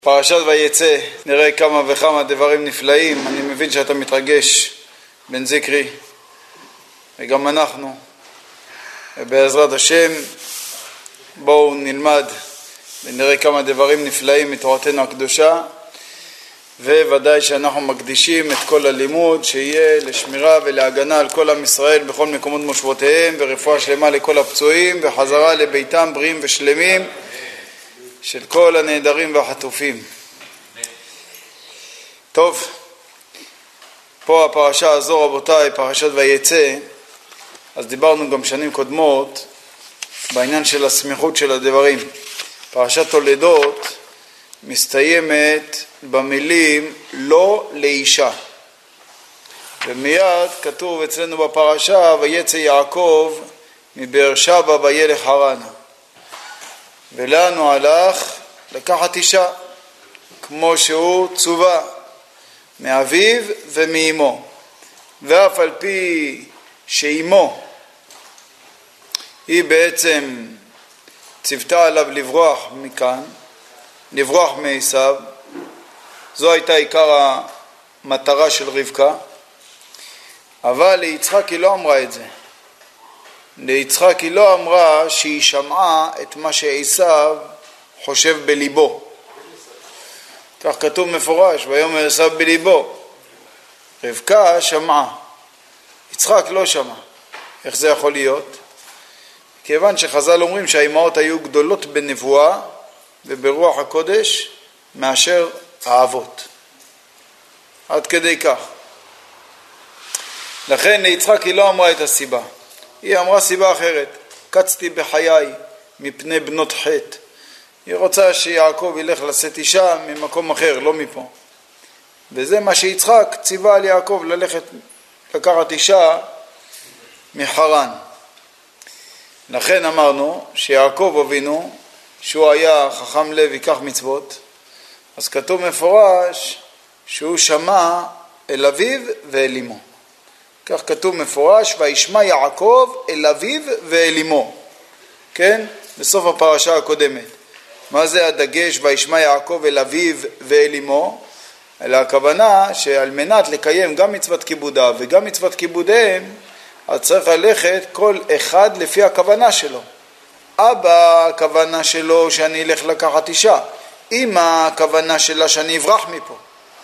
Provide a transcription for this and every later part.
פרשת ויצא, נראה כמה וכמה דברים נפלאים. אני מבין שאתה מתרגש, בן זקרי, וגם אנחנו. ובעזרת השם בואו נלמד ונראה כמה דברים נפלאים מתורתנו הקדושה, וודאי שאנחנו מקדישים את כל הלימוד שיהיה לשמירה ולהגנה על כל עם ישראל בכל מקומות מושבותיהם, ורפואה שלמה לכל הפצועים וחזרה לביתם בריאים ושלמים של כל הנעדרים והחטופים. טוב, פה הפרשה הזו, רבותיי, פרשת ויצא. אז דיברנו גם שנים קודמות בעניין של הסמיכות של הדברים. פרשת תולדות מסתיימת במילים לא לאישה, ומיד כתוב אצלנו בפרשה ויצא יעקב מבאר שבע וילך חרנה. ולאן הוא הלך? לקחת אישה, כמו שהוא צווה, מאביו ומאמו. ואף על פי שאמו היא בעצם ציוותה עליו לברוח מכאן, לברוח מעשיו, זו הייתה עיקר המטרה של רבקה, אבל ליצחק היא לא אמרה את זה. ליצחק היא לא אמרה שהיא שמעה את מה שעשיו חושב בליבו. כך כתוב מפורש, ויאמר עשיו בליבו. רבקה שמעה, יצחק לא שמע. איך זה יכול להיות? כיוון שחז"ל אומרים שהאימהות היו גדולות בנבואה וברוח הקודש מאשר האבות. עד כדי כך. לכן ליצחק היא לא אמרה את הסיבה. היא אמרה סיבה אחרת. קצתי בחיי מפני בנות חטא. היא רוצה שיעקב ילך לשאת אישה ממקום אחר, לא מפה. וזה מה שיצחק ציווה על יעקב, ללכת לקחת אישה מחרן. לכן אמרנו שיעקב אבינו, שהוא היה חכם לב ייקח מצוות, אז כתוב מפורש שהוא שמע אל אביו ואל אמו. כך כתוב מפורש, וישמע יעקב אל אביו ואל אמו. כן? בסוף הפרשה הקודמת. מה זה הדגש וישמע יעקב אל אביו ואל אמו? אלא הכוונה שעל מנת לקיים גם מצוות כיבודה וגם מצוות כיבודיהם, אז צריך ללכת כל אחד לפי הכוונה שלו. אבא, הכוונה שלו שאני אלך לקחת אישה. אמא, הכוונה שלה שאני אברח מפה.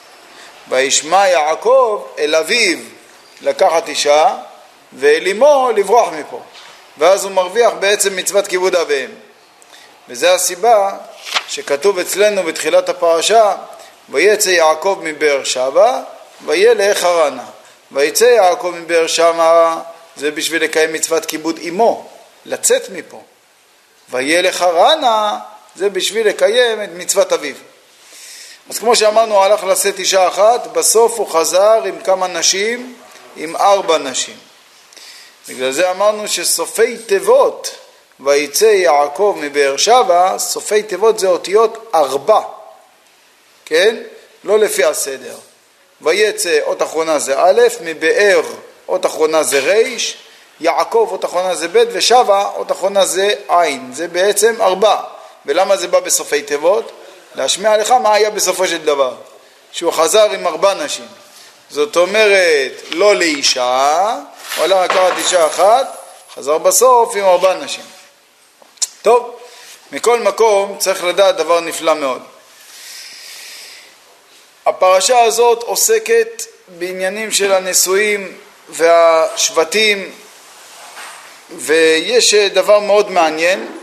וישמע יעקב אל אביו לקחת אישה, ואל אמו לברוח מפה. ואז הוא מרוויח בעצם מצוות כיבוד אביהם. וזו הסיבה שכתוב אצלנו בתחילת הפרשה, ויצא יעקב מבאר שבע וילך חרנה. ויצא יעקב מבאר שבע, זה בשביל לקיים מצוות כיבוד אמו, לצאת מפה. וילך חרנה, זה בשביל לקיים את מצוות אביו. אז כמו שאמרנו, הוא הלך לשאת אישה אחת, בסוף הוא חזר עם כמה נשים, עם 4 נשים. בגלל זה אמרנו שסופי תיבות, ויצא יעקב מבאר שבע, סופי תיבות זה אותיות 4. כן? לא לפי הסדר. ויצא, אות אחרונה זה א', מבאר, אות אחרונה זה ר', יעקב, אות אחרונה זה ב', ושבע, אות אחרונה זה ע'. זה בעצם 4. ולמה זה בא בסופי תיבות? להשמיע לך מה היה בסופו של דבר. שהוא חזר עם 4 נשים. זאת אומרת, לא לאישה, הוא הלך לקחת אישה אחת, חזר בסוף עם 4 נשים. טוב, מכל מקום צריך לדעת דבר נפלא מאוד. הפרשה הזאת עוסקת בעניינים של הנישואים והשבטים, ויש דבר מאוד מעניין,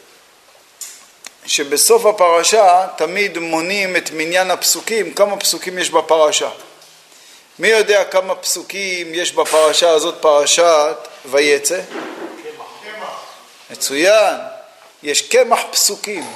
שבסוף הפרשה תמיד מונים את מניין הפסוקים, כמה פסוקים יש בפרשה. מי יודע כמה פסוקים יש בפרשה הזאת, פרשת ויצא? מצוין, יש כמח פסוקים.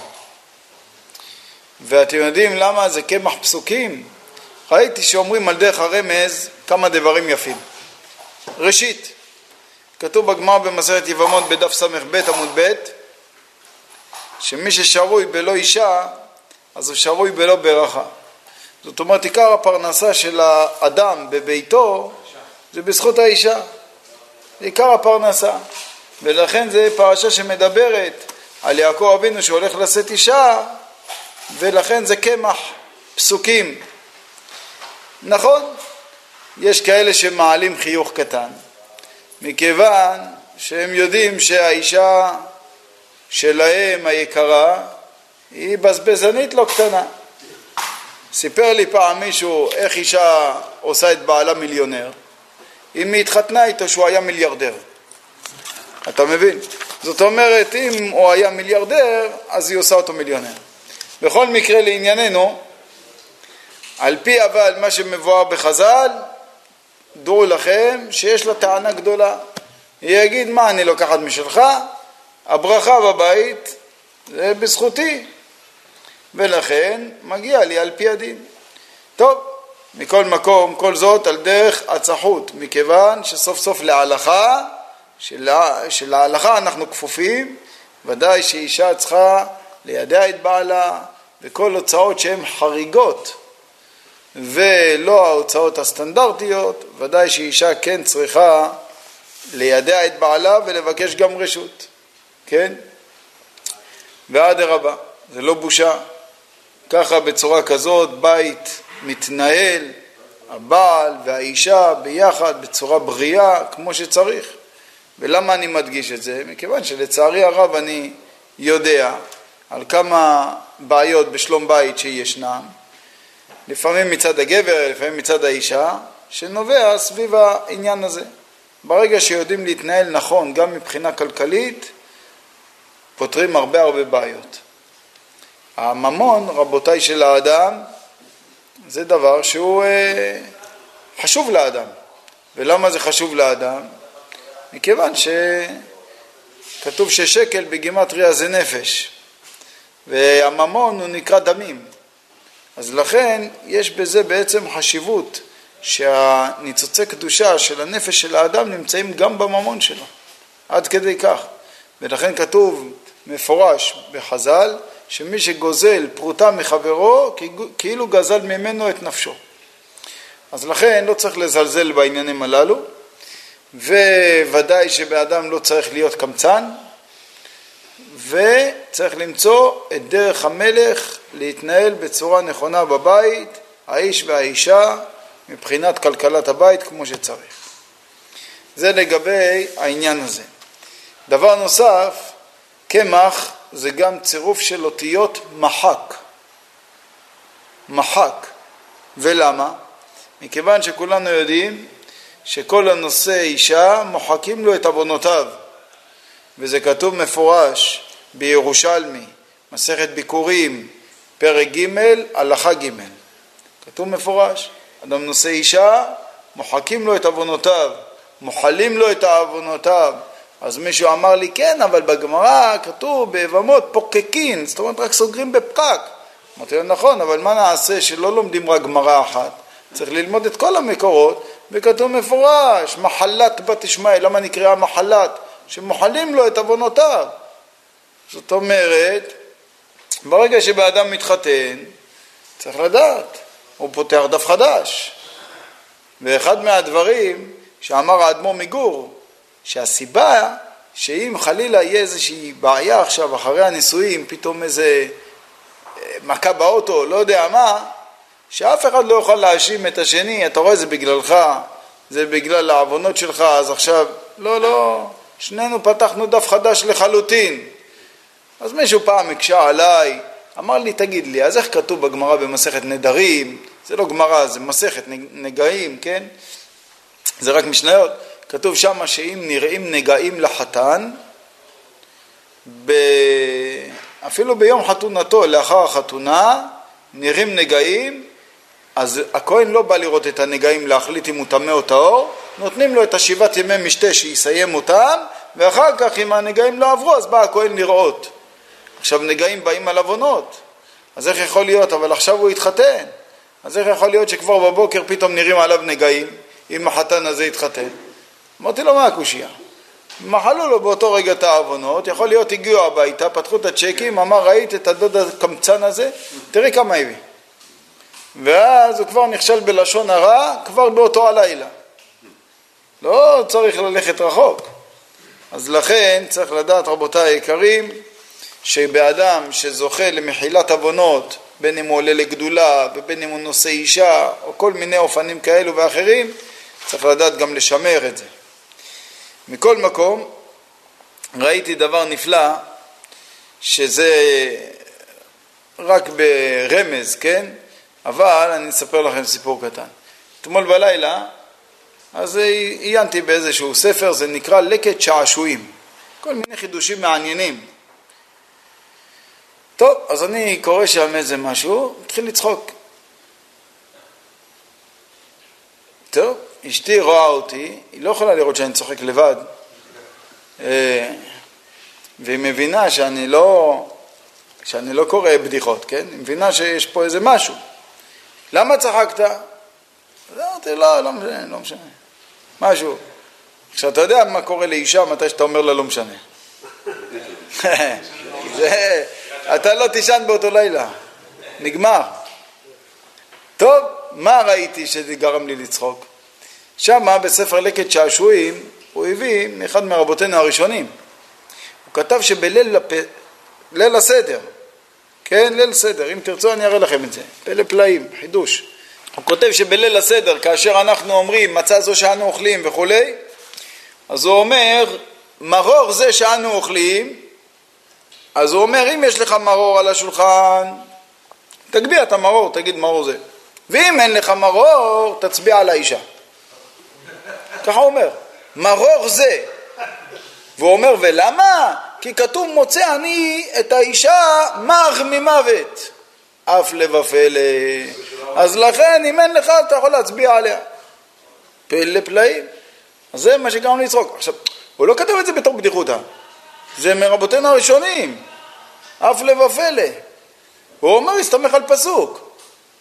ואתם יודעים למה זה כמח פסוקים? ראיתי שאומרים על דרך הרמז כמה דברים יפים. ראשית, כתוב בגמרא במסכת יבמות בדף ס"ב עמוד ב', שמי ששרוי בלא אישה, אז הוא שרוי בלא ברכה. זאת אומרת, עיקר הפרנסה של האדם בביתו, זה בזכות האישה. זה עיקר הפרנסה. ולכן זה פרשה שמדברת על יעקב אבינו שהולך לשאת אישה, ולכן זה קמח פסוקים. נכון, יש כאלה שמעלים חיוך קטן, מכיוון שהם יודעים שהאישה שלהם היקרה היא בזבזנית לא קטנה. סיפר לי פעם מישהו איך אישה עושה את בעלה מיליונר, אם היא התחתנה איתו שהוא היה מיליארדר. אתה מבין? זאת אומרת, אם הוא היה מיליארדר, אז היא עושה אותו מיליונר. בכל מקרה לענייננו, על פי אבל מה שמבואר בחז"ל, דעו לכם שיש לה טענה גדולה. היא יגיד, מה אני לוקחת משלך? הברכה בבית זה בזכותי, ולכן מגיע לי על פי הדין. טוב, מכל מקום, כל זאת על דרך הצחות, מכיוון שסוף סוף להלכה, שלהלכה אנחנו כפופים, ודאי שאישה צריכה לידע את בעלה, וכל הוצאות שהן חריגות, ולא ההוצאות הסטנדרטיות, ודאי שאישה כן צריכה לידע את בעלה ולבקש גם רשות, כן? ואדרבה, זה לא בושה. ככה בצורה כזאת בית מתנהל, הבעל והאישה ביחד בצורה בריאה כמו שצריך. ולמה אני מדגיש את זה? מכיוון שלצערי הרב אני יודע על כמה בעיות בשלום בית שישנם, לפעמים מצד הגבר, לפעמים מצד האישה, שנובע סביב העניין הזה. ברגע שיודעים להתנהל נכון גם מבחינה כלכלית, פותרים הרבה בעיות. הממון, רבותיי, של האדם, זה דבר שהוא חשוב לאדם. ולמה זה חשוב לאדם? מכיוון שכתוב ששקל בגימטריה זה נפש, והממון הוא נקרא דמים. אז לכן יש בזה בעצם חשיבות שהניצוצי קדושה של הנפש של האדם נמצאים גם בממון שלו, עד כדי כך. ולכן כתוב מפורש בחז"ל, שמי שגוזל פרוטה מחברו, כאילו גזל ממנו את נפשו. אז לכן לא צריך לזלזל בעניינים הללו, וודאי שבאדם לא צריך להיות קמצן, וצריך למצוא את דרך המלך להתנהל בצורה נכונה בבית, האיש והאישה, מבחינת כלכלת הבית כמו שצריך. זה לגבי העניין הזה. דבר נוסף, קמח זה גם צירוף של אותיות מחק. מחק. ולמה? מכיוון שכולנו יודעים שכל הנושא אישה מוחקים לו את עוונותיו. וזה כתוב מפורש בירושלמי, מסכת ביקורים, פרק ג' הלכה ג'. כתוב מפורש, אדם נושא אישה, מוחקים לו את עוונותיו, מוחלים לו את עוונותיו. אז מישהו אמר לי, כן, אבל בגמרא כתוב בהבמות פוקקין, זאת אומרת רק סוגרים בפקק. אמרתי לו, נכון, אבל מה נעשה שלא לומדים רק גמרא אחת? צריך ללמוד את כל המקורות, וכתוב מפורש, מחלת בת ישמעאל. למה נקראה מחלת? שמוחלים לו את עוונותיו. זאת אומרת, ברגע שבאדם מתחתן, צריך לדעת, הוא פותח דף חדש. ואחד מהדברים שאמר האדמו"ר מגור, שהסיבה שאם חלילה יהיה איזושהי בעיה עכשיו אחרי הנישואים, פתאום איזה מכה באוטו, לא יודע מה, שאף אחד לא יוכל להאשים את השני, אתה רואה זה בגללך, זה בגלל העוונות שלך, אז עכשיו, לא, שנינו פתחנו דף חדש לחלוטין. אז מישהו פעם הקשה עליי, אמר לי, תגיד לי, אז איך כתוב בגמרא במסכת נדרים? זה לא גמרא, זה מסכת נגעים, כן? זה רק משניות. כתוב שם שאם נראים נגעים לחתן, אפילו ביום חתונתו, לאחר החתונה, נראים נגעים, אז הכהן לא בא לראות את הנגעים להחליט אם הוא טמא או טהור, נותנים לו את 7 ימי משתה שיסיים אותם, ואחר כך אם הנגעים לא עברו, אז בא הכהן לראות. עכשיו נגעים באים על עוונות, אז איך יכול להיות? אבל עכשיו הוא התחתן, אז איך יכול להיות שכבר בבוקר פתאום נראים עליו נגעים, אם החתן הזה התחתן? אמרתי לו, מה הקושיה? מחלו לו באותו רגע את העוונות, יכול להיות הגיעו הביתה, פתחו את הצ'קים, אמר, ראית את הדוד הקמצן הזה? תראי כמה הביא. ואז הוא כבר נכשל בלשון הרע, כבר באותו הלילה. לא צריך ללכת רחוק. אז לכן צריך לדעת, רבותיי היקרים, שבאדם שזוכה למחילת עוונות, בין אם הוא עולה לגדולה ובין אם הוא נושא אישה או כל מיני אופנים כאלו ואחרים, צריך לדעת גם לשמר את זה. מכל מקום, ראיתי דבר נפלא, שזה רק ברמז, כן? אבל אני אספר לכם סיפור קטן. אתמול בלילה, אז עיינתי באיזשהו ספר, זה נקרא לקט שעשועים. כל מיני חידושים מעניינים. טוב, אז אני קורא שם איזה משהו, התחיל לצחוק. טוב, אשתי רואה אותי, היא לא יכולה לראות שאני צוחק לבד, והיא מבינה שאני לא קורא בדיחות, כן? היא מבינה שיש פה איזה משהו. למה צחקת? אמרתי, לא משנה. משהו. עכשיו, אתה יודע מה קורה לאישה מתי שאתה אומר לה לא משנה. אתה לא תישן באותו לילה. נגמר. טוב, מה ראיתי שזה גרם לי לצחוק? שמה בספר לקט שעשועים הוא הביא מאחד מרבותינו הראשונים. הוא כתב שבליל הסדר, כן, ליל סדר, אם תרצו אני אראה לכם את זה, פלא פלאים, חידוש. הוא כותב שבליל הסדר, כאשר אנחנו אומרים מצה זו שאנו אוכלים וכולי, אז הוא אומר, מרור זה שאנו אוכלים, אז הוא אומר, אם יש לך מרור על השולחן, תגביה את המרור, תגיד מרור זה. ואם אין לך מרור, תצביע על האישה. ככה הוא אומר, מרור זה. והוא אומר, ולמה? כי כתוב מוצא אני את האישה מר ממוות. אף לבפלא. אז לכן, אם אין לך, אתה יכול להצביע עליה. פלא פלאים. אז זה מה שגרם לצחוק. עכשיו, הוא לא כתב את זה בתור בדיחותא. זה מרבותינו הראשונים. אף לבפלא. הוא אומר, הסתמך על פסוק.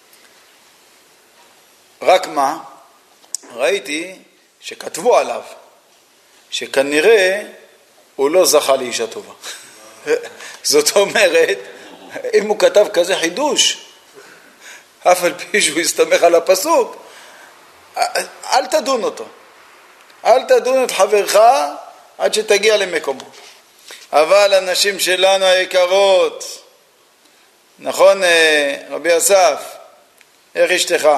רק מה? ראיתי שכתבו עליו, שכנראה הוא לא זכה לאישה טובה. זאת אומרת, אם הוא כתב כזה חידוש, אף על פי שהוא הסתמך על הפסוק, אל תדון אותו. אל תדון את חברך עד שתגיע למקומו. אבל הנשים שלנו היקרות, נכון רבי אסף, איך אשתך?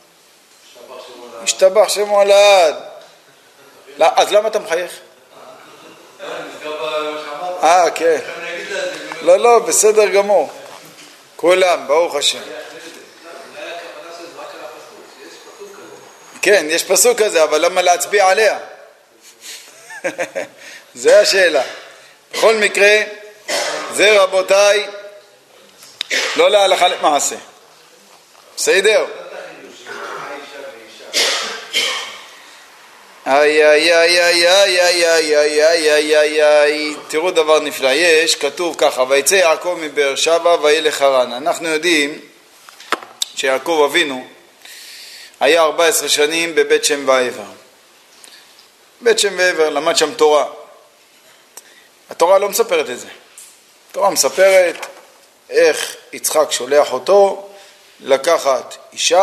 השתבח שמו לעד. אז למה אתה מחייך? כן. לא, בסדר גמור. כולם, ברוך השם. כן, יש פסוק כזה, אבל למה להצביע עליה? זה השאלה. בכל מקרה, זה רבותיי, לא להלכה למעשה. בסדר? תראו דבר נפלא, יש, כתוב ככה, ויצא יעקב מבאר שבע וילך חרן. אנחנו יודעים שיעקב אבינו היה 14 שנים בבית שם ועבר. בית שם ועבר למד שם תורה. התורה לא מספרת את זה. התורה מספרת איך יצחק שולח אותו לקחת אישה,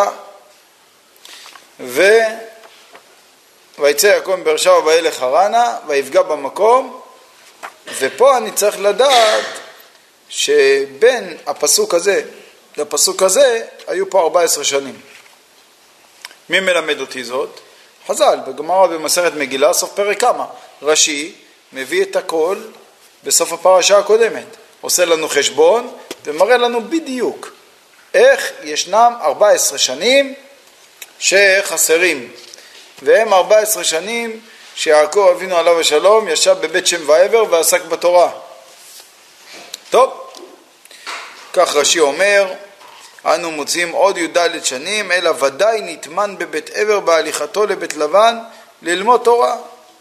ויצא יעקב מבאר שבע וילך חרנה ויפגע במקום. ופה אני צריך לדעת שבין הפסוק הזה לפסוק הזה היו פה 14 שנים. מי מלמד אותי זאת? חז"ל, בגמרא במסכת מגילה, סוף פרק כמה. רש"י מביא את הכל בסוף הפרשה הקודמת. עושה לנו חשבון ומראה לנו בדיוק איך ישנם 14 שנים שחסרים. והם 14 שנים שיעקב אבינו עליו השלום ישב בבית שם ועבר ועסק בתורה. טוב, כך רש"י אומר, אנו מוצאים עוד י"ד שנים, אלא ודאי נטמן בבית עבר בהליכתו לבית לבן ללמוד תורה.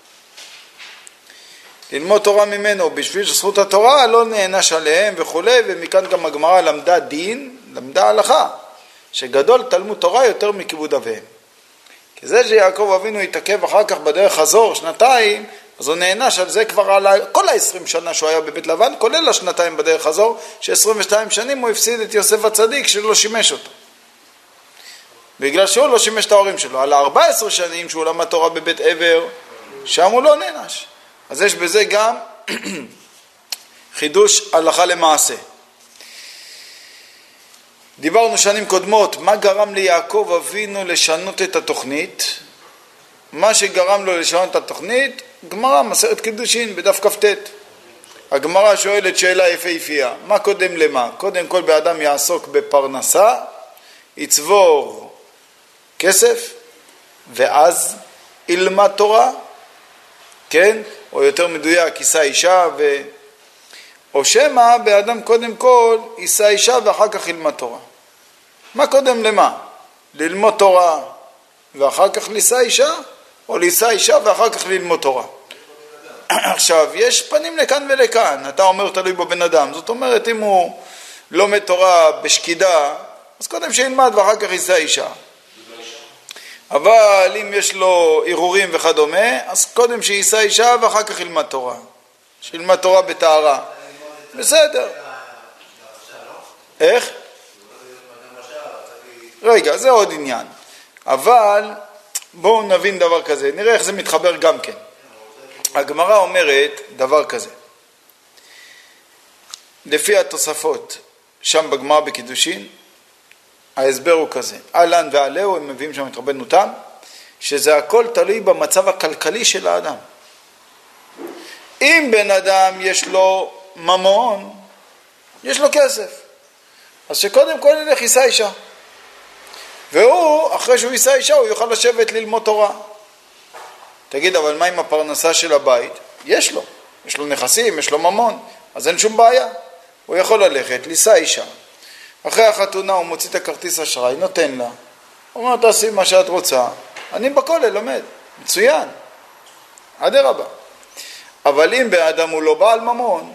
ללמוד תורה ממנו, בשביל שזכות התורה לא נענש עליהם וכו'. ומכאן גם הגמרא למדה דין, למדה הלכה, שגדול תלמוד תורה יותר מכיבוד אביהם. כי זה שיעקב אבינו התעכב אחר כך בדרך חזור שנתיים, אז הוא נענש על זה כבר על כל ה-20 שנה שהוא היה בבית לבן, כולל השנתיים בדרך חזור, ש-22 שנים הוא הפסיד את יוסף הצדיק שלא שימש אותו. בגלל שהוא לא שימש את ההורים שלו. על 14 שנים שהוא למד תורה בבית עבר, שם הוא לא נענש. אז יש בזה גם חידוש הלכה למעשה. דיברנו שנים קודמות, מה גרם ליעקב אבינו לשנות את התוכנית? מה שגרם לו לשנות את התוכנית, גמרא, מסכת קידושין, בדף כ"ט. הגמרא שואלת שאלה יפהפייה, מה קודם למה? קודם כל באדם יעסוק בפרנסה, יצבור כסף, ואז ילמד תורה, כן? או יותר מדויק, יישא אישה, או שמא באדם קודם כל יישא אישה ואחר כך ילמד תורה. מה קודם למה? ללמוד תורה ואחר כך לישא אישה, או לישא אישה ואחר כך ללמוד תורה. עכשיו, יש פנים לכאן ולכאן, אתה אומר תלוי בבן אדם, זאת אומרת אם הוא לומד תורה בשקידה, אז קודם שילמד ואחר כך יישא אישה. אבל אם יש לו ערעורים וכדומה, אז קודם שיישא אישה ואחר כך ילמד תורה. שילמד תורה בטהרה. בסדר. איך? רגע, זה עוד עניין. אבל בואו נבין דבר כזה, נראה איך זה מתחבר גם כן. הגמרא אומרת דבר כזה. לפי התוספות, שם בגמרא בקידושין, ההסבר הוא כזה. אהלן ועלהו, הם מביאים שם את רבנו תם, שזה הכל תלוי במצב הכלכלי של האדם. אם בן אדם יש לו ממון, יש לו כסף, אז שקודם כל ילך יישא אישה. והוא, אחרי שהוא יישא אישה, הוא יוכל לשבת ללמוד תורה. תגיד, אבל מה עם הפרנסה של הבית? יש לו נכסים, יש לו ממון, אז אין שום בעיה. הוא יכול ללכת, לישא אישה. אחרי החתונה הוא מוציא את הכרטיס אשראי, נותן לה. הוא אומר, תעשי מה שאת רוצה. אני בכולל לומד, מצוין. אדרבה. אבל אם באדם הוא לא בעל ממון,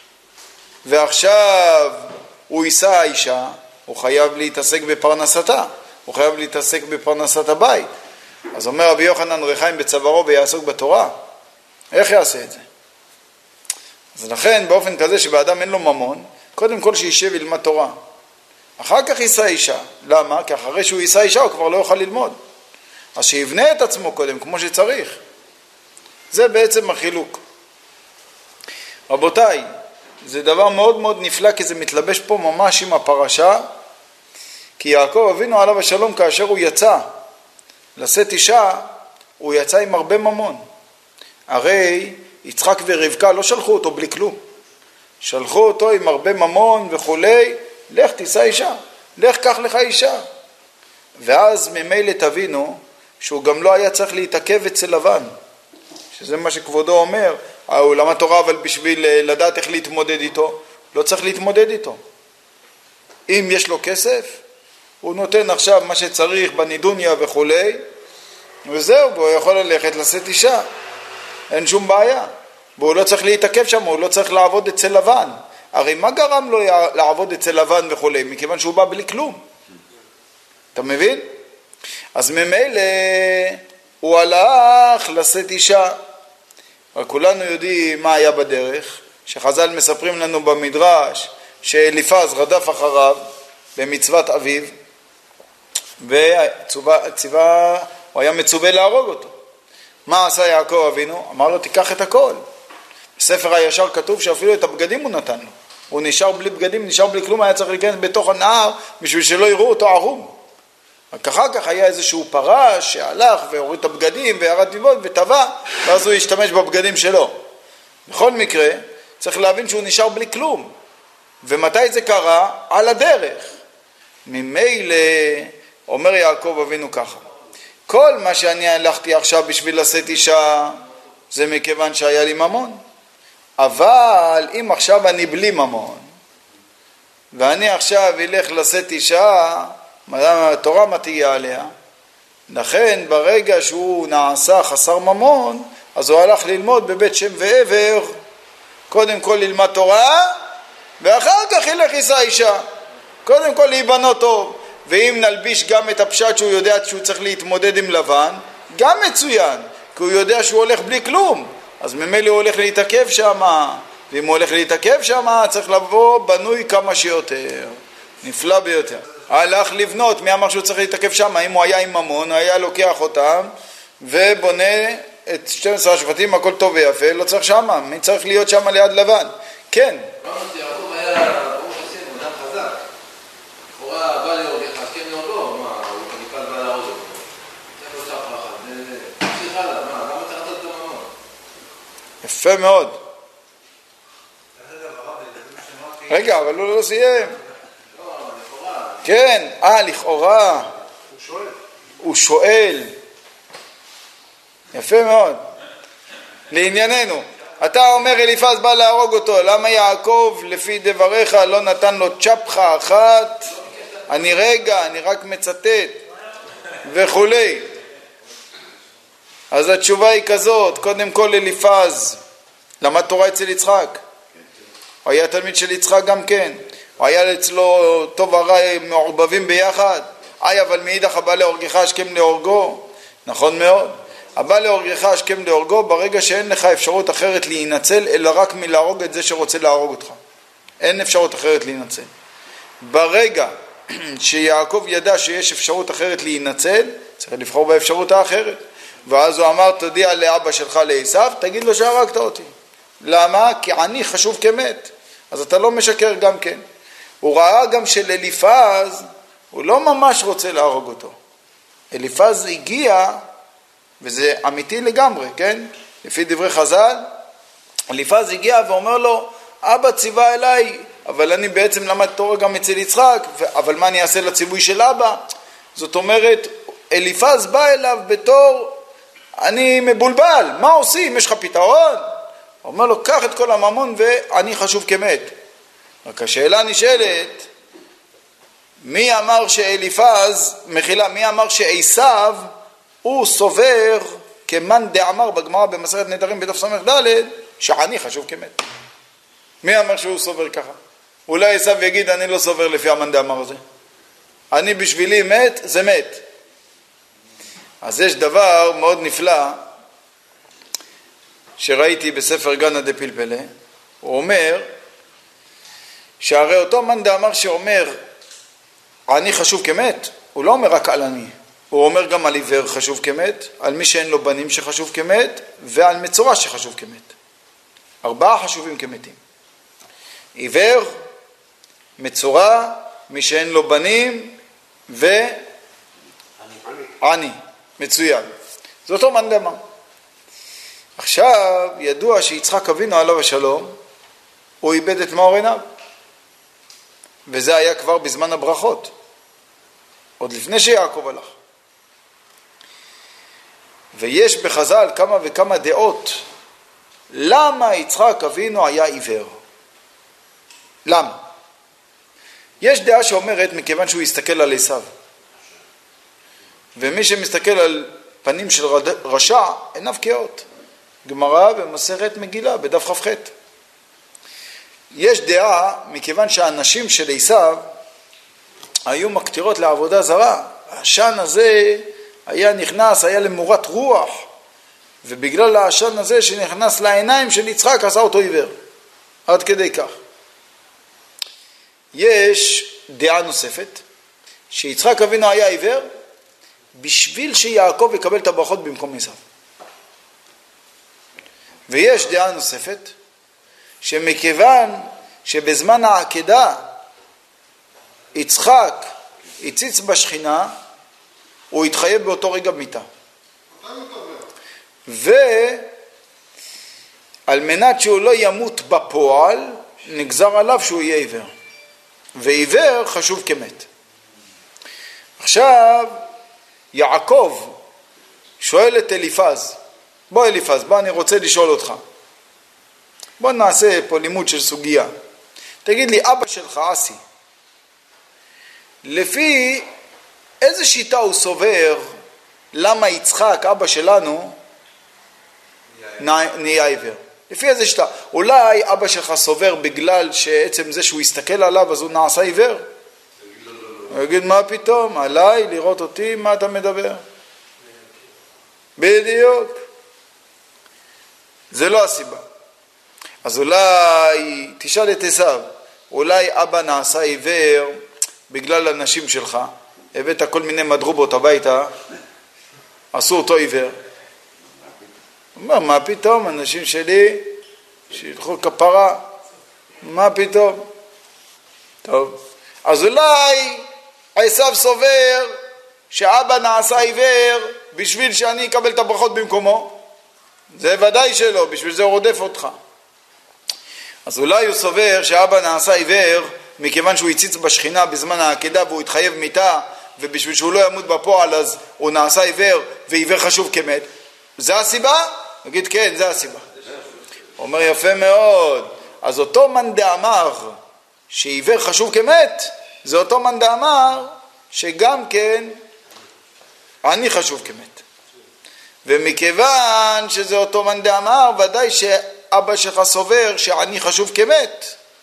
ועכשיו הוא יישא אישה, הוא חייב להתעסק בפרנסתה. הוא חייב להתעסק בפרנסת הבית. אז אומר רבי יוחנן רחיים בצווארו ויעסוק בתורה. איך יעשה את זה? אז לכן באופן כזה שבאדם אין לו ממון, קודם כל שישב ילמד תורה. אחר כך יישא אישה. למה? כי אחרי שהוא יישא אישה הוא כבר לא יוכל ללמוד. אז שיבנה את עצמו קודם כמו שצריך. זה בעצם החילוק. רבותיי, זה דבר מאוד מאוד נפלא כי זה מתלבש פה ממש עם הפרשה. כי יעקב אבינו עליו השלום כאשר הוא יצא לשאת אישה, הוא יצא עם הרבה ממון. הרי יצחק ורבקה לא שלחו אותו בלי כלום. שלחו אותו עם הרבה ממון וכולי, לך תישא אישה, לך קח לך אישה. ואז ממילא תבינו שהוא גם לא היה צריך להתעכב אצל לבן. שזה מה שכבודו אומר, העולם התורה אבל בשביל לדעת איך להתמודד איתו, לא צריך להתמודד איתו. אם יש לו כסף, הוא נותן עכשיו מה שצריך בנידוניה וכולי, וזהו, הוא יכול ללכת לשאת אישה, אין שום בעיה. והוא לא צריך להתעכב שם, הוא לא צריך לעבוד אצל לבן. הרי מה גרם לו לעבוד אצל לבן וכולי? מכיוון שהוא בא בלי כלום. אתה מבין? אז ממילא הוא הלך לשאת אישה. אבל כולנו יודעים מה היה בדרך, שחז"ל מספרים לנו במדרש, שאליפז רדף אחריו במצוות אביו, הוא היה מצווה להרוג אותו. מה עשה יעקב אבינו? אמר לו תיקח את הכל. בספר הישר כתוב שאפילו את הבגדים הוא נתן לו. הוא נשאר בלי בגדים, נשאר בלי כלום, היה צריך להיכנס בתוך הנהר בשביל שלא יראו אותו ערום. רק אחר כך היה איזשהו פרש שהלך והוריד את הבגדים וירד מבעוד וטבע, ואז הוא השתמש בבגדים שלו. בכל מקרה צריך להבין שהוא נשאר בלי כלום. ומתי זה קרה? על הדרך. ממילא אומר יעקב אבינו ככה, כל מה שאני הלכתי עכשיו בשביל לשאת אישה זה מכיוון שהיה לי ממון. אבל אם עכשיו אני בלי ממון ואני עכשיו אלך לשאת אישה, התורה מתיעה עליה, לכן ברגע שהוא נעשה חסר ממון אז הוא הלך ללמוד בבית שם ועבר. קודם כל ללמד תורה ואחר כך ילך יישא אישה. קודם כל להיבנות טוב. ואם נלביש גם את הפשט שהוא יודע שהוא צריך להתמודד עם לבן, גם מצוין, כי הוא יודע שהוא הולך בלי כלום, אז ממילא הוא הולך להתעכב שם, ואם הוא הולך להתעכב שם צריך לבוא בנוי כמה שיותר. נפלא ביותר. הלך לבנות, מי אמר שהוא צריך להתעכב שם? אם הוא היה עם ממון, היה לוקח אותם ובונה את 12 השבטים, הכל טוב ויפה, לא צריך שם. מי צריך להיות שם ליד לבן? כן. יעקב היה, ברוך השם, אדם חזק. לכאורה בא להורגך, השכם להורגו, מה, הוא כנפל בא להרוג אותו. זה לא שחר אחד, תמשיך הלאה, מה, למה צריך לתת את הממון? יפה מאוד. רגע, אבל הוא לא סיים. לא, לכאורה. כן, לכאורה. הוא שואל. יפה מאוד. לענייננו. אתה אומר אליפז בא להרוג אותו, למה יעקב לפי דבריך לא נתן לו צ'פחה אחת? אני רק מצטט וכולי. אז התשובה היא כזאת, קודם כל אליפז למד תורה אצל יצחק, הוא היה תלמיד של יצחק גם כן, הוא היה אצלו טוב ורע מעורבבים ביחד. אבל מאידך הבא להורגך השכם להורגו, נכון מאוד. הבא להורגך השכם להורגו ברגע שאין לך אפשרות אחרת להינצל אלא רק מלהרוג את זה שרוצה להרוג אותך. אין אפשרות אחרת להינצל. ברגע שיעקב ידע שיש אפשרות אחרת להינצל, צריך לבחור באפשרות האחרת. ואז הוא אמר, תודיע לאבא שלך לעשיו, תגיד לו שהרגת אותי. למה? כי אני חשוב כמת. אז אתה לא משקר גם כן. הוא ראה גם של אליפז, הוא לא ממש רוצה להרוג אותו. אליפז הגיע, וזה אמיתי לגמרי, כן? לפי דברי חז"ל, אליפז הגיע ואומר לו, אבא ציווה אליי, אבל אני בעצם למד תורה גם אצל יצחק, אבל מה אני אעשה לציווי של אבא? זאת אומרת, אליפז בא אליו בתור, אני מבולבל, מה עושים? יש לך פתרון? הוא אומר לו, קח את כל הממון ואני חשוב כמת. רק השאלה נשאלת, מי אמר שאליפז, מי אמר שעשיו הוא סובר כמאן דאמר בגמרא במסכת נדרים בדף ס"ד שעני חשוב כמת? מי אמר שהוא סובר ככה? אולי עשיו יגיד אני לא סובר לפי המאן דאמר הזה, אני בשבילי מת זה מת. אז יש דבר מאוד נפלא שראיתי בספר גנא דפלפלה, הוא אומר שהרי אותו מאן דאמר שאומר אני חשוב כמת, הוא לא אומר רק על אני, הוא אומר גם על עיוור חשוב כמת, על מי שאין לו בנים שחשוב כמת, ועל מצורע שחשוב כמת. 4 חשובים כמתים. עיוור, מצורע, מי שאין לו בנים, ועני. מצוין. זה אותו מאן דאמר. עכשיו, ידוע שיצחק אבינו עליו השלום, הוא איבד את מאור עיניו. וזה היה כבר בזמן הברכות. עוד לפני שיעקב הלך. ויש בחז"ל כמה וכמה דעות למה יצחק אבינו היה עיוור. למה? יש דעה שאומרת מכיוון שהוא הסתכל על עשיו, ומי שמסתכל על פנים של רשע עיניו כאות. גמרא במסכת מגילה בדף כ"ח. יש דעה מכיוון שהאנשים של עשיו היו מקטירות לעבודה זרה, העשן הזה היה נכנס, היה למורת רוח, ובגלל העשן הזה שנכנס לעיניים של יצחק עשה אותו עיוור. עד כדי כך. יש דעה נוספת שיצחק אבינו היה עיוור בשביל שיעקב יקבל את הברכות במקום עשיו. ויש דעה נוספת שמכיוון שבזמן העקדה יצחק הציץ בשכינה, הוא התחייב באותו רגע במיתה. ועל מנת שהוא לא ימות בפועל, נגזר עליו שהוא יהיה עיוור. ועיוור חשוב כמת. עכשיו, יעקב שואל את אליפז, בוא אליפז, בוא אני רוצה לשאול אותך. בוא נעשה פה לימוד של סוגיה. תגיד לי, אבא שלך אסי, לפי איזה שיטה הוא סובר למה יצחק, אבא שלנו, נהיה עיוור? לפי איזה שיטה? אולי אבא שלך סובר בגלל שעצם זה שהוא הסתכל עליו אז הוא נעשה עיוור? הוא יגיד, מה פתאום? עליי לראות אותי? מה אתה מדבר? בדיוק. זה לא הסיבה. אז אולי תשאל את עשיו, אולי אבא נעשה עיוור בגלל אנשים שלך, הבאת כל מיני מדרובות הביתה, עשו אותו עיוור. הוא אומר, מה פתאום, אנשים שלי שילכו כפרה, מה פתאום? טוב, אז אולי עשיו סובר שאבא נעשה עיוור בשביל שאני אקבל את הברכות במקומו. זה ודאי שלא, בשביל זה הוא רודף אותך. אז אולי הוא סובר שאבא נעשה עיוור מכיוון שהוא הציץ בשכינה בזמן העקדה והוא התחייב מיתה, ובשביל שהוא לא ימות בפועל אז הוא נעשה עיוור, ועיוור חשוב כמת. זה הסיבה? נגיד כן, זה הסיבה. הוא אומר יפה מאוד. אז אותו מאן דאמר שעיוור חשוב כמת, זה אותו מאן דאמר שגם כן אני חשוב כמת. ומכיוון שזה אותו מאן דאמר, ודאי שאבא שלך סובר שאני חשוב כמת,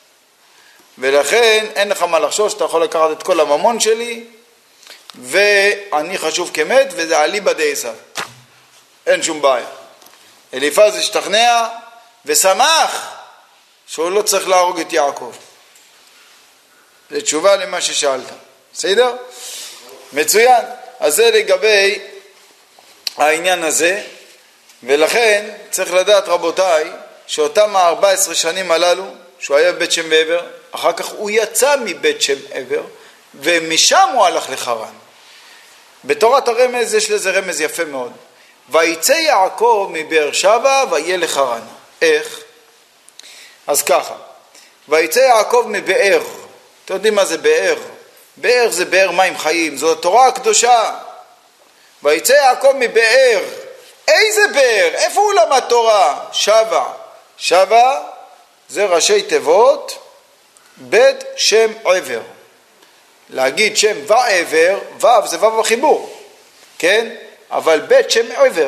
ולכן אין לך מה לחשוש, אתה יכול לקחת את כל הממון שלי ואני חשוב כמת, וזה אליבא דעשיו, אין שום בעיה. אליפז השתכנע ושמח שהוא לא צריך להרוג את יעקב. זה תשובה למה ששאלת. בסדר? מצוין. אז זה לגבי העניין הזה, ולכן צריך לדעת רבותיי שאותם 14 שנים הללו שהוא היה בבית שם ועבר, אחר כך הוא יצא מבית שם עבר ומשם הוא הלך לחרן. בתורת הרמז יש לזה רמז יפה מאוד. ויצא יעקב מבאר שבע ויהיה לחרן. איך? אז ככה, ויצא יעקב מבאר. אתם יודעים מה זה באר? באר זה באר מים חיים, זו התורה הקדושה. ויצא יעקב מבאר. איזה באר? איפה הוא למד תורה? שבע. שבע זה ראשי תיבות בית שם עבר. להגיד שם ועבר, וו זה וו בחיבור, כן? אבל בית שם עבר.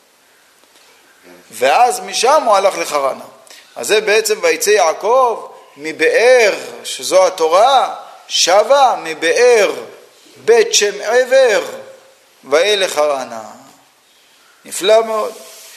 ואז משם הוא הלך לחרנה. אז זה בעצם ויצא יעקב מבאר, שזו התורה, שבה מבאר בית שם עבר ויהיה לחרנה. נפלא מאוד.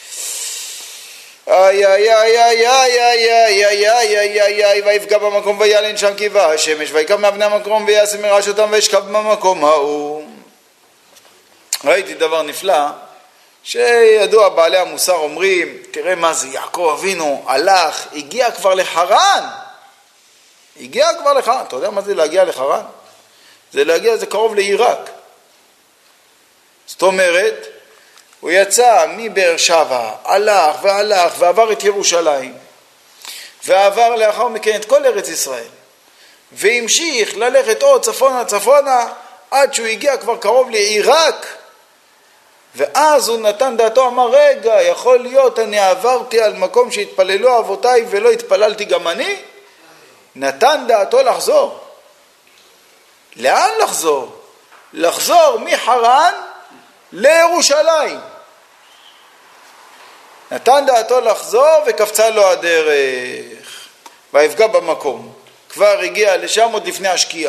איי איי איי איי איי איי איי איי איי איי איי ויפגע במקום וילן שם קיבה השמש ויקם מאבני המקום ויעשה מרעש אותם וישכב במקום ההוא. ראיתי דבר נפלא שידוע בעלי המוסר אומרים, תראה מה זה, יעקב אבינו הלך, הגיע כבר לחרן. הגיע כבר לחרן. אתה יודע מה זה להגיע לחרן? זה להגיע, זה קרוב לעיראק. זאת אומרת, הוא יצא מבאר שבע, הלך והלך ועבר את ירושלים, ועבר לאחר מכן את כל ארץ ישראל, והמשיך ללכת עוד צפונה צפונה, עד שהוא הגיע כבר קרוב לעיראק, ואז הוא נתן דעתו, אמר רגע, יכול להיות אני עברתי על מקום שהתפללו אבותיי ולא התפללתי גם אני? נתן דעתו לחזור. לאן לחזור? לחזור מחרן לירושלים. נתן דעתו לחזור וקפצה לו הדרך ויפגע במקום. כבר הגיע לשם עוד לפני השקיעה.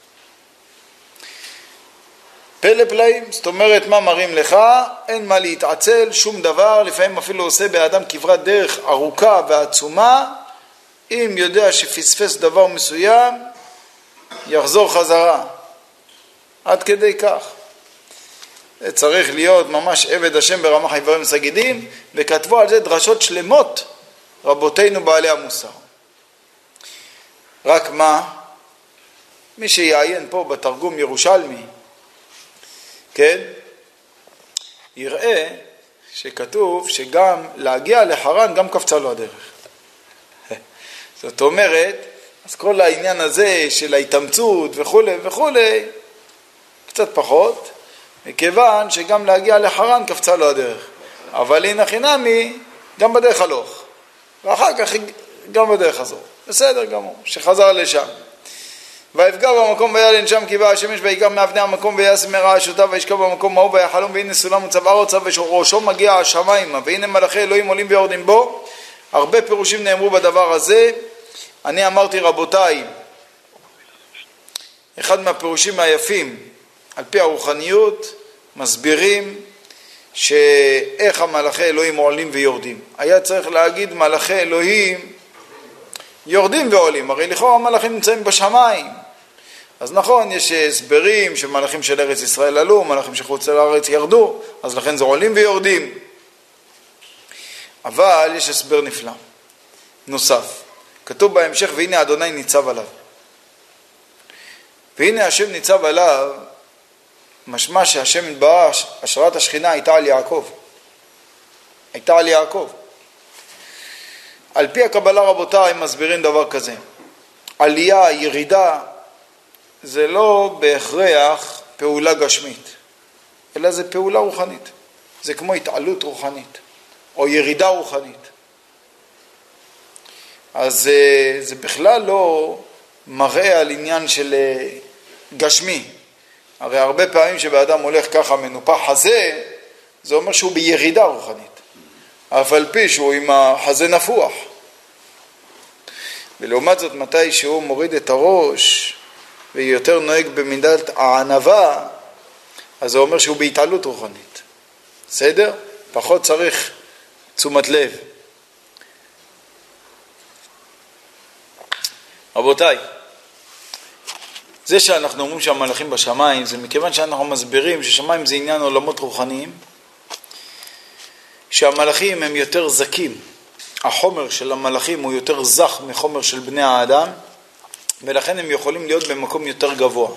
פלא פלאים, זאת אומרת מה מראים לך? אין מה להתעצל, שום דבר. לפעמים אפילו עושה באדם כברת דרך ארוכה ועצומה, אם יודע שפספס דבר מסוים יחזור חזרה. עד כדי כך. צריך להיות ממש עבד השם ברמ"ח איברים וסגידים, וכתבו על זה דרשות שלמות רבותינו בעלי המוסר. רק מה? מי שיעיין פה בתרגום ירושלמי, כן? יראה שכתוב שגם להגיע לחרן גם קפצה לו הדרך. זאת אומרת, אז כל העניין הזה של ההתאמצות וכו' וכו', קצת פחות, מכיוון שגם להגיע לחרן קפצה לו הדרך. אבל הנה חינמי, גם בדרך הלוך. ואחר כך גם בדרך הזו. בסדר גמור, שחזר לשם. ויפגע במקום וילן שם קיבה השמש ויקם מאבני המקום ויעשה מרעש אותיו וישכב במקום ההוא ויחלום והנה סולם וצבע ארצה וראשו מגיע השמיימה והנה מלאכי אלוהים עולים ויורדים בו. הרבה פירושים נאמרו בדבר הזה. אני אמרתי רבותיי, אחד מהפירושים היפים על פי הרוחניות מסבירים שאיך המלאכי אלוהים עולים ויורדים. היה צריך להגיד מלאכי אלוהים יורדים ועולים, הרי לכאורה המלאכים נמצאים בשמיים. אז נכון, יש הסברים שמלאכים של ארץ ישראל עלו, מלאכים שחוץ לארץ ירדו, אז לכן זה עולים ויורדים. אבל יש הסבר נפלא נוסף. כתוב בהמשך, והנה אדוני ניצב עליו. והנה השם ניצב עליו, משמע שהשם יתברך, השראת השכינה הייתה על יעקב. הייתה על יעקב. על פי הקבלה רבותיי, הם מסבירים דבר כזה. עלייה, ירידה, זה לא בהכרח פעולה גשמית, אלא זה פעולה רוחנית. זה כמו התעלות רוחנית, או ירידה רוחנית. אז זה בכלל לא מראה על עניין של גשמי. הרי הרבה פעמים שבאדם הולך ככה מנופח חזה, זה אומר שהוא בירידה רוחנית. אף על פי שהוא עם החזה נפוח. ולעומת זאת, מתי שהוא מוריד את הראש, ויותר נוהג במידת הענווה, אז זה אומר שהוא בהתעלות רוחנית. בסדר? פחות צריך תשומת לב. רבותיי, זה שאנחנו אומרים שהמלאכים בשמיים, זה מכיוון שאנחנו מסבירים ששמיים זה עניין עולמות רוחניים, שהמלאכים הם יותר זקים. החומר של המלאכים הוא יותר זך מחומר של בני האדם, ולכן הם יכולים להיות במקום יותר גבוה.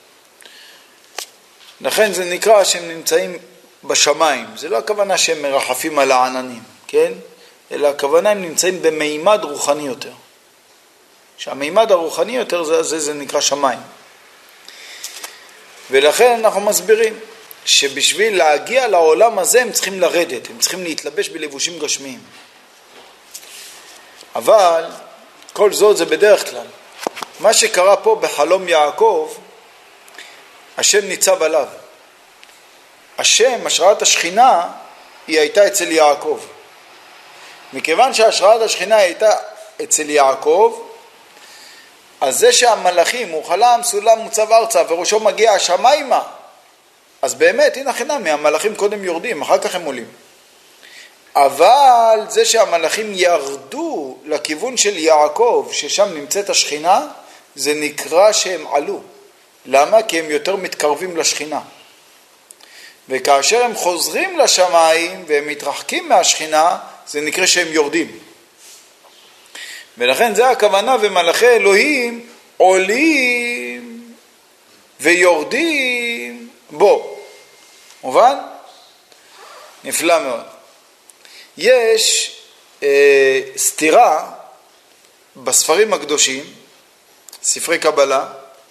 לכן זה נקרא שהם נמצאים בשמיים. זה לא הכוונה שהם מרחפים על העננים, כן? אלא הכוונה הם נמצאים במימד רוחני יותר. שהמימד הרוחני יותר זה נקרא שמיים. ולכן אנחנו מסבירים שבשביל להגיע לעולם הזה הם צריכים לרדת, הם צריכים להתלבש בלבושים גשמיים. אבל כל זאת זה בדרך כלל. מה שקרה פה בחלום יעקב, השם ניצב עליו. השם, השראת השכינה, היא הייתה אצל יעקב. מכיוון שהשראת השכינה הייתה אצל יעקב, אז זה שהמלאכים, הוא חלם, סולם, מוצב ארצה, וראשו מגיע השמיימה, אז באמת, הנה חינמי, המלאכים קודם יורדים, אחר כך הם עולים. אבל זה שהמלאכים ירדו לכיוון של יעקב, ששם נמצאת השכינה, זה נקרא שהם עלו. למה? כי הם יותר מתקרבים לשכינה. וכאשר הם חוזרים לשמיים והם מתרחקים מהשכינה, זה נקרא שהם יורדים. ולכן זה הכוונה, ומלאכי אלוהים עולים ויורדים בו. מובן? נפלא מאוד. יש סתירה בספרים הקדושים, ספרי קבלה,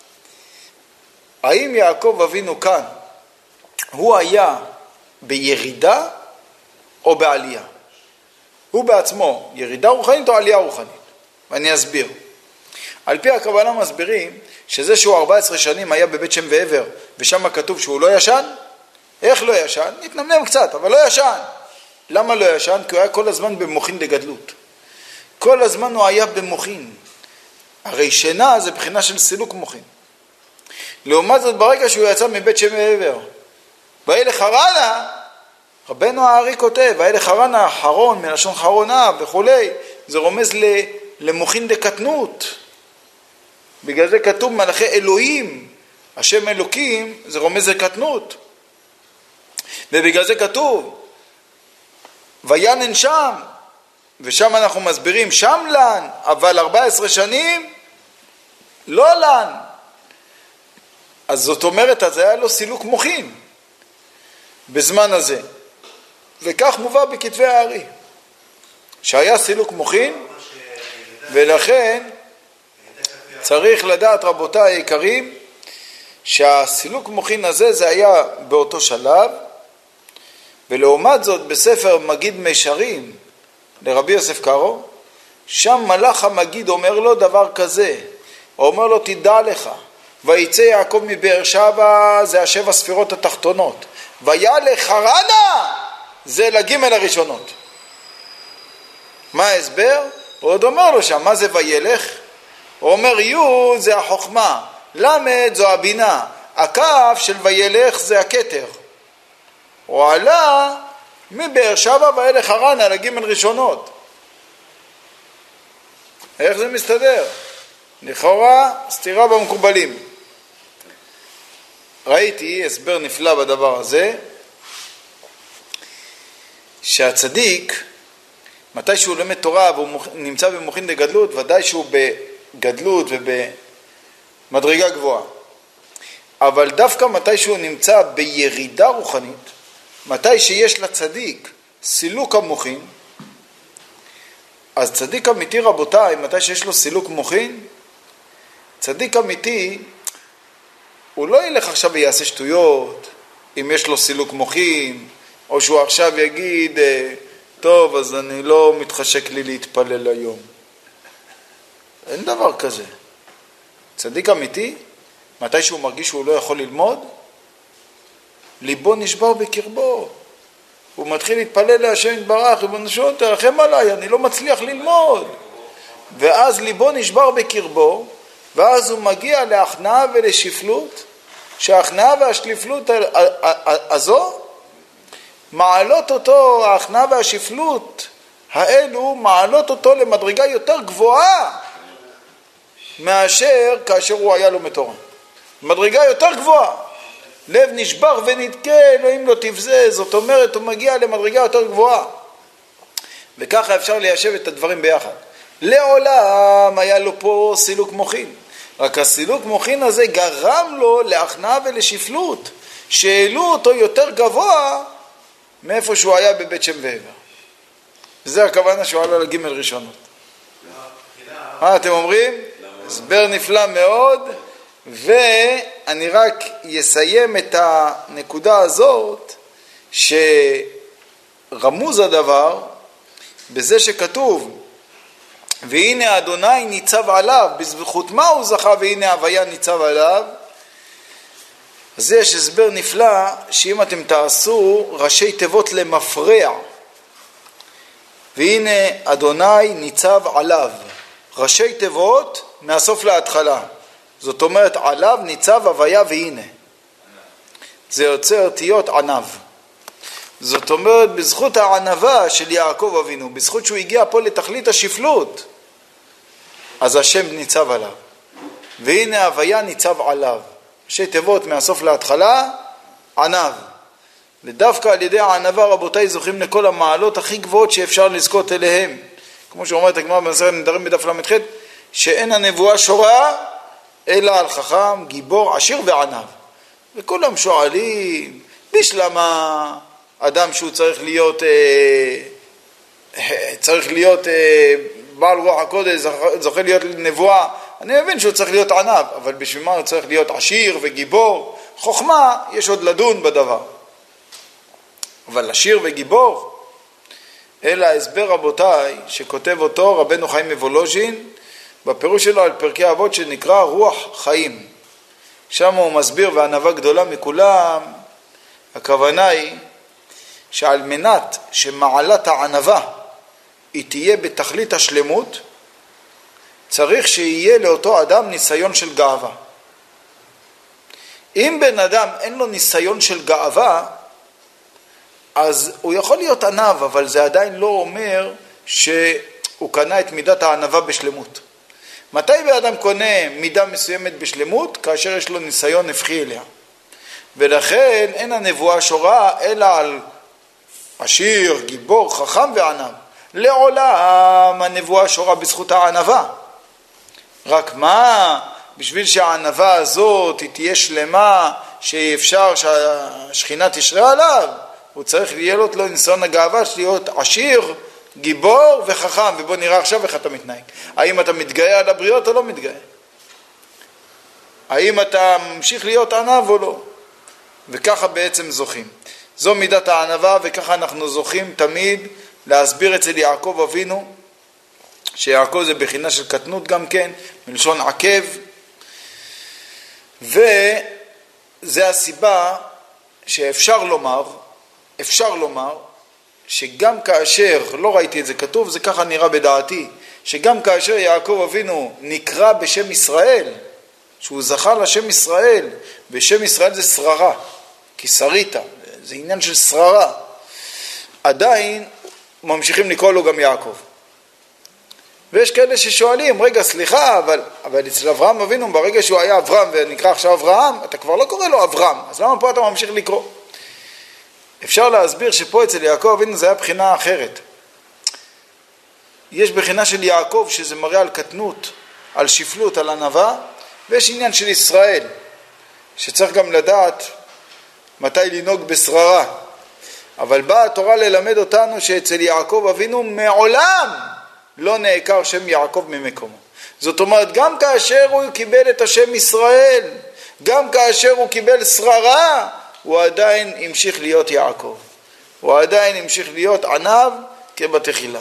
האם יעקב אבינו כאן, הוא היה בירידה או בעלייה? הוא בעצמו ירידה רוחנית או עלייה רוחנית? ואני אסביר. על פי הקבלה מסבירים שזה שהוא 14 שנים היה בבית שם ועבר, ושם כתוב שהוא לא ישן. איך לא ישן? נתנמנם קצת, אבל לא ישן. למה לא ישן? כי הוא היה כל הזמן במוחין לגדלות. כל הזמן הוא היה במוחין. הרי שינה זה בחינה של סילוק מוחין. לעומת זאת, ברגע שהוא יצא מבית שם ועבר, וילך חרנה, רבנו הארי כותב, וילך חרנה, חרון, מלשון חרונה וכולי, זה רומז למוחין דקטנות. בגלל זה כתוב מלאכי אלוהים, השם אלוקים, זה רומז לקטנות. ובגלל זה כתוב, וינן שם, ושם אנחנו מסבירים, שם לן, אבל 14 שנים, לא לן. אז זאת אומרת, אז היה לו סילוק מוחין, בזמן הזה. וכך מובא בכתבי הארי, שהיה סילוק מוחין, ולכן צריך לדעת רבותיי היקרים, שהסילוק מוחין הזה זה היה באותו שלב, ולעומת זאת בספר מגיד מישרים לרבי יוסף קארו, שם מלאך המגיד אומר לו דבר כזה, הוא אומר לו תדע לך, ויצא יעקב מבאר שבע, זה 7 ספירות התחתונות, וילך חרנה, זה לגימל הראשונות. מה ההסבר? הוא עוד אומר לו שם, מה זה וילך? הוא אומר י' זה החוכמה, למד זו הבינה, הכף של וילך זה הכתר. הוא עלה מבאר שבע וילך חרנה לגימל ראשונות. איך זה מסתדר? לכאורה סתירה במקובלים. ראיתי הסבר נפלא בדבר הזה, שהצדיק מתי שהוא לומד תורה והוא נמצא במוחין דגדלות, ודאי שהוא בגדלות ובמדרגה גבוהה. אבל דווקא מתי שהוא נמצא בירידה רוחנית, מתי שיש לצדיק סילוק המוחין, אז צדיק אמיתי רבותיי, מתי שיש לו סילוק מוחין, צדיק אמיתי, הוא לא ילך עכשיו ויעשה שטויות, אם יש לו סילוק מוחין, או שהוא עכשיו יגיד, טוב, אז אני לא מתחשק לי להתפלל היום. אין דבר כזה. צדיק אמיתי, מתי שהוא מרגיש שהוא לא יכול ללמוד, ליבו נשבר בקרבו. הוא מתחיל להתפלל להשם יתברך, ריבונו של עולם, תרחם עליי, אני לא מצליח ללמוד. ואז ליבו נשבר בקרבו, ואז הוא מגיע להכנעה ולשפלות, שההכנעה והשפלות הזו, מעלות אותו, ההכנעה והשפלות האלו, מעלות אותו למדרגה יותר גבוהה, מאשר כאשר הוא היה לו מתורה. מדרגה יותר גבוהה. לב נשבר ונתקה, אלוהים לא תבזה, זאת אומרת, הוא מגיע למדרגה יותר גבוהה. וככה אפשר ליישב את הדברים ביחד. לעולם היה לו פה סילוק מוחין. רק הסילוק מוחין הזה גרם לו להכנעה ולשפלות, שהעלו אותו יותר גבוה מאיפה שהוא היה בבית שם ועבר. וזה הכוונה שהוא עלה לג' ראשונות. אתם אומרים? הסבר נפלא מאוד, ואני רק יסיים את הנקודה הזאת, שרמוז הדבר בזה שכתוב, והנה אדוני ניצב עליו, בזכות מה הוא זכה והנה הוויה ניצב עליו. אז יש הסבר נפלא, שאם אתם תעשו ראשי תיבות למפרע, והנה אדוני ניצב עליו, ראשי תיבות מהסוף להתחלה, זאת אומרת עליו ניצב הוויה והנה, זה יוצר אותיות ענב. זאת אומרת בזכות הענבה של יעקב אבינו, בזכות שהוא הגיע פה לתכלית השפלות, אז השם ניצב עליו, והנה הוויה ניצב עליו, ראשי תיבות מהסוף להתחלה ענב. ודווקא על ידי הענבה רבותיי זוכים לכל המעלות הכי גבוהות שאפשר לזכות אליהם, כמו שאומרת הגמרא במסכת נדרים בדף ל"ח, שאין הנבואה שורה אלא על חכם, גיבור, עשיר וענב. וכולם שואלים, בשלמה אדם שהוא צריך להיות בעל רוח הקודש, זוכה להיות נבואה, אני מבין שהוא צריך להיות ענב, אבל בשביל מה הוא צריך להיות עשיר וגיבור? חוכמה, יש עוד לדון בדבר. אבל עשיר וגיבור, אלא הסבר רבותיי, שכותב אותו רבנו חיים מוולוז'ין, בפירוש שלו על פרקי אבות שנקרא רוח חיים. שם הוא מסביר, וענווה גדולה מכולם, הכוונה היא שעל מנת שמעלת הענווה היא תהיה בתכלית השלמות, צריך שיהיה לאותו אדם ניסיון של גאווה. אם בן אדם אין לו ניסיון של גאווה, אז הוא יכול להיות ענב, אבל זה עדיין לא אומר שהוא קנה את מידת הענווה בשלמות. מתי באדם קונה מידה מסוימת בשלמות? כאשר יש לו ניסיון נפחי אליה. ולכן אין הנבואה שורה אלא על עשיר, גיבור, חכם וענב. לעולם הנבואה שורה בזכות הענווה. רק מה? בשביל שהענווה הזאת היא תהיה שלמה, שאפשר שהשכינה תשרה עליו, הוא צריך להיות לו ניסיון הגאווה, להיות עשיר, גיבור וחכם. ובוא נראה עכשיו איך אתה מתנהג. האם אתה מתגאה על הבריות או לא מתגאה? האם אתה ממשיך להיות ענב או לא? וככה בעצם זוכים. זו מידת הענווה, וככה אנחנו זוכים תמיד להסביר אצל יעקב אבינו, שיעקב זה בחינה של קטנות גם כן, מלשון עקב, וזה הסיבה שאפשר לומר שגם כאשר, לא ראיתי את זה כתוב, זה ככה נראה בדעתי, שגם כאשר יעקב אבינו נקרא בשם ישראל, שהוא זכה לשם ישראל, ושם ישראל זה שררה, כי שרית, זה עניין של שררה, עדיין ממשיכים לקרוא לו גם יעקב. ויש כאלה ששואלים, רגע סליחה, אבל אצל אברהם אבינו, ברגע שהוא היה אברהם ונקרא עכשיו אברהם, אתה כבר לא קורא לו אברהם, אז למה פה אתה ממשיך לקרוא? אפשר להסביר שפה אצל יעקב אבינו זה היה בחינה אחרת. יש בחינה של יעקב שזה מראה על קטנות, על שפלות, על ענווה, ויש עניין של ישראל, שצריך גם לדעת מתי לנהוג בשררה. אבל באה התורה ללמד אותנו שאצל יעקב אבינו מעולם לא נעקר שם יעקב ממקומו. זאת אומרת, גם כאשר הוא קיבל את השם ישראל, גם כאשר הוא קיבל שררה, הוא עדיין המשיך להיות יעקב. הוא עדיין המשיך להיות עניו כבתחילה.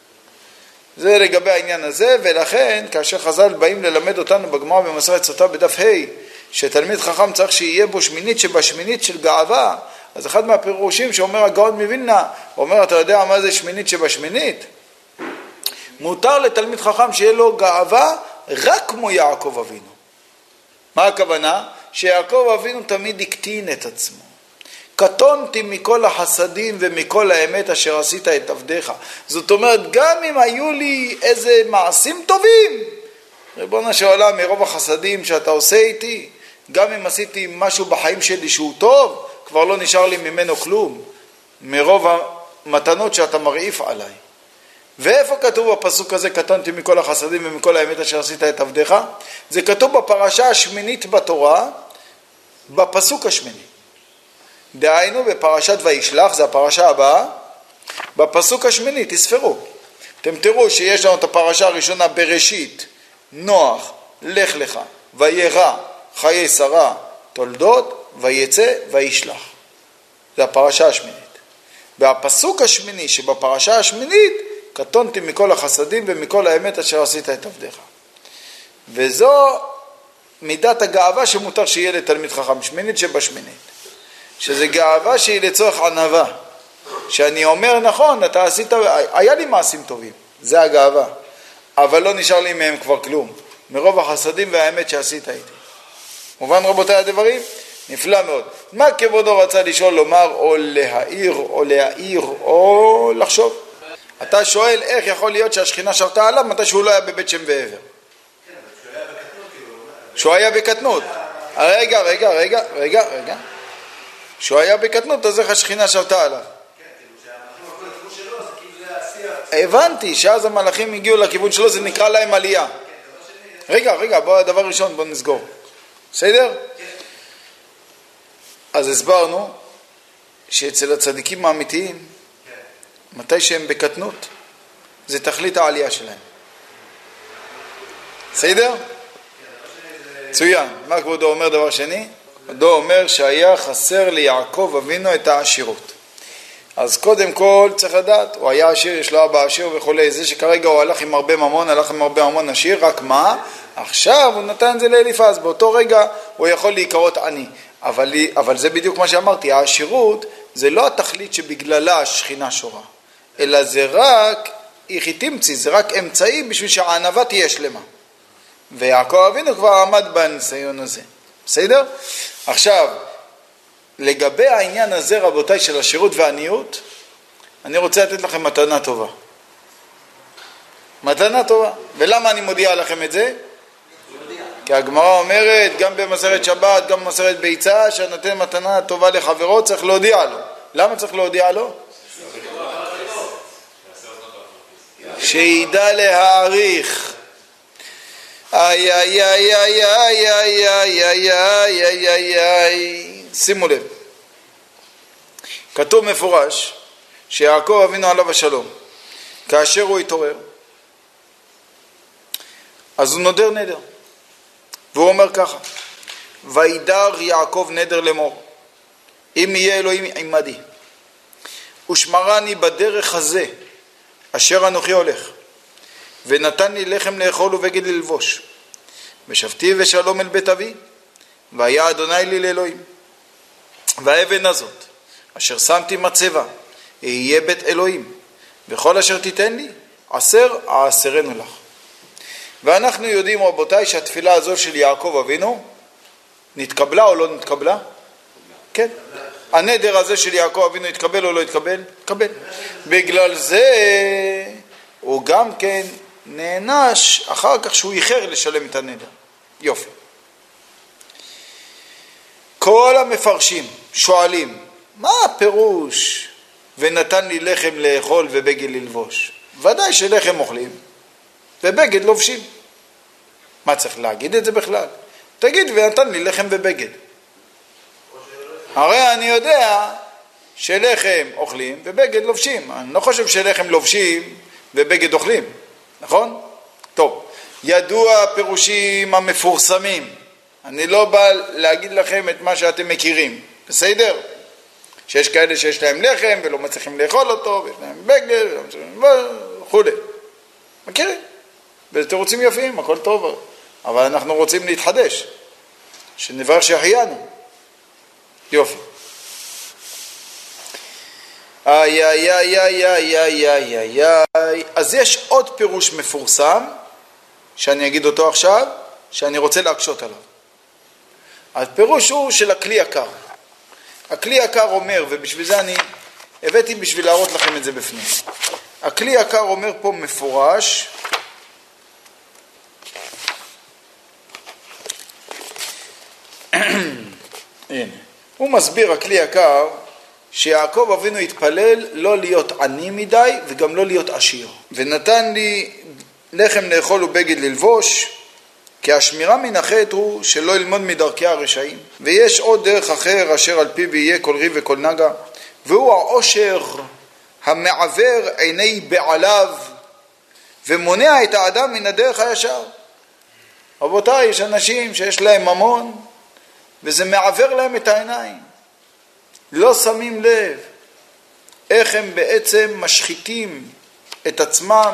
זה לגבי העניין הזה, ולכן כאשר חז"ל באים ללמד אותנו בגמרא במסכת סוטה בדף ה' שתלמיד חכם צריך שיהיה בו שמינית שבשמינית של גאווה, אז אחד מהפירושים שאומר הגאון מווילנה, אומר, אתה יודע מה זה שמינית שבשמינית? מותר לתלמיד חכם שיהיה לו גאווה רק כמו יעקב אבינו. מה הכוונה? שיעקב אבינו תמיד הקטין את עצמו. קטונתי מכל החסדים ומכל האמת אשר עשית את עבדיך. זאת אומרת, גם אם היו לי איזה מעשים טובים, ריבונו של עולם, מרוב החסדים שאתה עושה איתי, גם אם עשיתי משהו בחיים שלי שהוא טוב, כבר לא נשאר לי ממנו כלום, מרוב המתנות שאתה מרעיף עליי. ואיפה כתוב בפסוק הזה, קטונתי מכל החסדים ומכל האמת אשר עשית את עבדיך? זה כתוב בפרשה השמינית בתורה, בפסוק השמיני. דהיינו בפרשת וישלח, זה הפרשה הבאה, בפסוק השמיני, תספרו. אתם תראו שיש לנו את הפרשה הראשונה בראשית, נוח, לך לך, וירא, חיי שרה, תולדות, ויצא, וישלח. זה הפרשה השמינית. והפסוק השמיני שבפרשה השמינית, קטונתי מכל החסדים ומכל האמת אשר עשית את עבדיך. וזו מידת הגאווה שמותר שיהיה לתלמיד חכם, שמינית שבשמינית. שזה גאווה שהיא לצורך ענווה. שאני אומר נכון, אתה עשית, היה לי מעשים טובים, זה הגאווה. אבל לא נשאר לי מהם כבר כלום. מרוב החסדים והאמת שעשית איתי. מובן רבותיי הדברים? נפלא מאוד. מה כבודו רצה לשאול, לומר, או להעיר, או להעיר, או לחשוב? אתה שואל איך יכול להיות שהשכינה שרתה עליו מתי שהוא לא היה בבית שם ועבר. שהוא היה בקטנות. רגע. שהוא היה בקטנות, אז איך השכינה שרתה עליו? הבנתי, שאז המלאכים הגיעו לכיוון שלו, זה נקרא להם עלייה. רגע, בוא, דבר ראשון, בוא נסגור. בסדר? אז הסברנו שאצל הצדיקים האמיתיים, מתי שהם בקטנות, זה תכלית העלייה שלהם. בסדר? צוין. מה כבודו אומר דבר שני? כבודו אומר שהיה חסר ליעקב אבינו את העשירות. אז קודם כל צריך לדעת, הוא היה עשיר, יש לו אבא עשיר וכו', זה שכרגע הוא הלך עם הרבה ממון עשיר, רק מה? עכשיו הוא נתן את זה לאליפז, באותו רגע הוא יכול להיקרות עני. אבל זה בדיוק מה שאמרתי, העשירות זה לא התכלית שבגללה השכינה שורה, אלא זה רק, היא תמציא, זה רק אמצעי בשביל שהענווה תהיה שלמה. ויעקב אבינו כבר עמד בניסיון הזה. בסדר? עכשיו, לגבי העניין הזה רבותיי של עשירות ועניות, אני רוצה לתת לכם מתנה טובה. מתנה טובה. ולמה אני מודיע לכם את זה? כי הגמרא אומרת, גם במסכת שבת, גם במסכת ביצה, שנותן מתנה טובה לחברו, צריך להודיע לו. למה צריך להודיע לו? שידע להעריך. שימו לב. כתוב מפורש שיעקב אבינו עליו השלום, כאשר הוא התעורר, אז הוא נודר נדר. והוא אומר ככה, וידר יעקב נדר לאמור, אם יהיה אלוהים עמדי, ושמרני בדרך הזה, אשר אנוכי הולך, ונתן לי לחם לאכול ובגד ללבוש, ושבתי ושלום אל בית אבי, והיה אדוני לי לאלוהים. והאבן הזאת, אשר שמתי מצבה, יהיה בית אלוהים, וכל אשר תיתן לי, אעשרנו לך. ואנחנו יודעים רבותיי שהתפילה הזו של יעקב אבינו נתקבלה או לא נתקבלה? כן. הנדר הזה של יעקב אבינו התקבל או לא התקבל? התקבל. בגלל זה הוא גם כן נענש אחר כך שהוא איחר לשלם את הנדר. יופי. כל המפרשים שואלים, מה הפירוש ונתן לי לחם לאכול ובגד ללבוש? ודאי שלחם אוכלים ובגד לובשים. מה צריך להגיד את זה בכלל? תגיד ונתן לי לחם ובגד. הרי אני יודע שלחם אוכלים ובגד לובשים. אני לא חושב שלחם לובשים ובגד אוכלים, נכון? טוב, ידוע הפירושים המפורסמים. אני לא בא להגיד לכם את מה שאתם מכירים, בסדר? שיש כאלה שיש להם לחם ולא מצליחים לאכול אותו, ויש להם בגד וכו'. מכירים? וזה תירוצים יפים, הכל טוב. אבל אנחנו רוצים להתחדש, שנברך שהחיינו. יופי. אז יש עוד פירוש מפורסם, שאני אגיד אותו עכשיו, שאני רוצה להקשות עליו. הפירוש הוא של הכלי יקר. הכלי יקר אומר, ובשביל זה אני הבאתי בשביל להראות לכם את זה בפנים. הכלי יקר אומר פה מפורש, הנה, הוא מסביר הכלי יקר, שיעקב אבינו התפלל לא להיות עני מדי וגם לא להיות עשיר. ונתן לי לחם לאכול ובגד ללבוש, כי השמירה מן החטא הוא שלא ילמוד מדרכי הרשעים. ויש עוד דרך אחר אשר על פיו יהיה כל ריב וכל נגע, והוא העושר המעבר עיני בעליו ומונע את האדם מן הדרך הישר. רבותיי, יש אנשים שיש להם ממון וזה מעבר להם את העיניים. לא שמים לב איך הם בעצם משחיתים את עצמם.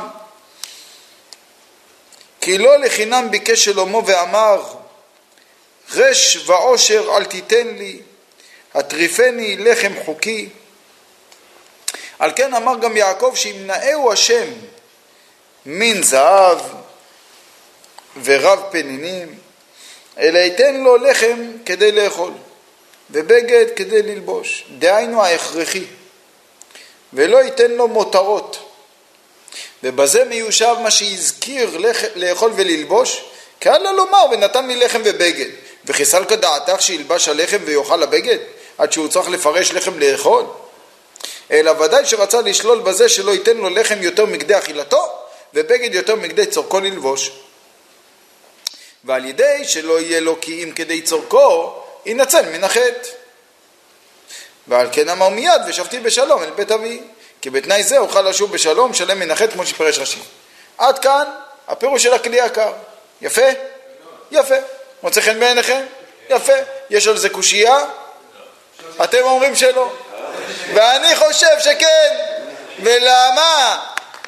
כי לא לחינם ביקש שלמה ואמר, רש ועושר אל תיתן לי, הטריפני לחם חוקי. על כן אמר גם יעקב שימנעהו השם מן זהב ורב פנינים, אלא ייתן לו לחם כדי לאכול ובגד כדי ללבוש, דהיינו ההכרחי, ולא ייתן לו מותרות. ובזה מיושב מה שהזכיר לאכול וללבוש, קל לו לומר ונתן לי לחם ובגד, וחיסל כדעתך שילבש הלחם ויאכל הבגד, עד שהוא צריך לפרש לחם לאכול. אלא ודאי שרצה לשלול בזה שלא ייתן לו לחם יותר מגדי אכילתו, ובגד יותר מגדי צורכו ללבוש. ועל ידי שלא יהיה לו כי אם כדי צורכו, ינצל מן החטא. ועל כן אמר מיד ושבתי בשלום אל בית אבי, כי בתנאי זה אוכל לשוב בשלום שלם מן החטא, כמו שפרש רש"י. עד כאן הפירוש של הכלי יקר. יפה? יפה. מוצא חן בעיניכם? יפה. יש על זה קושייה? אתם אומרים שלא. ואני חושב שכן. ולמה?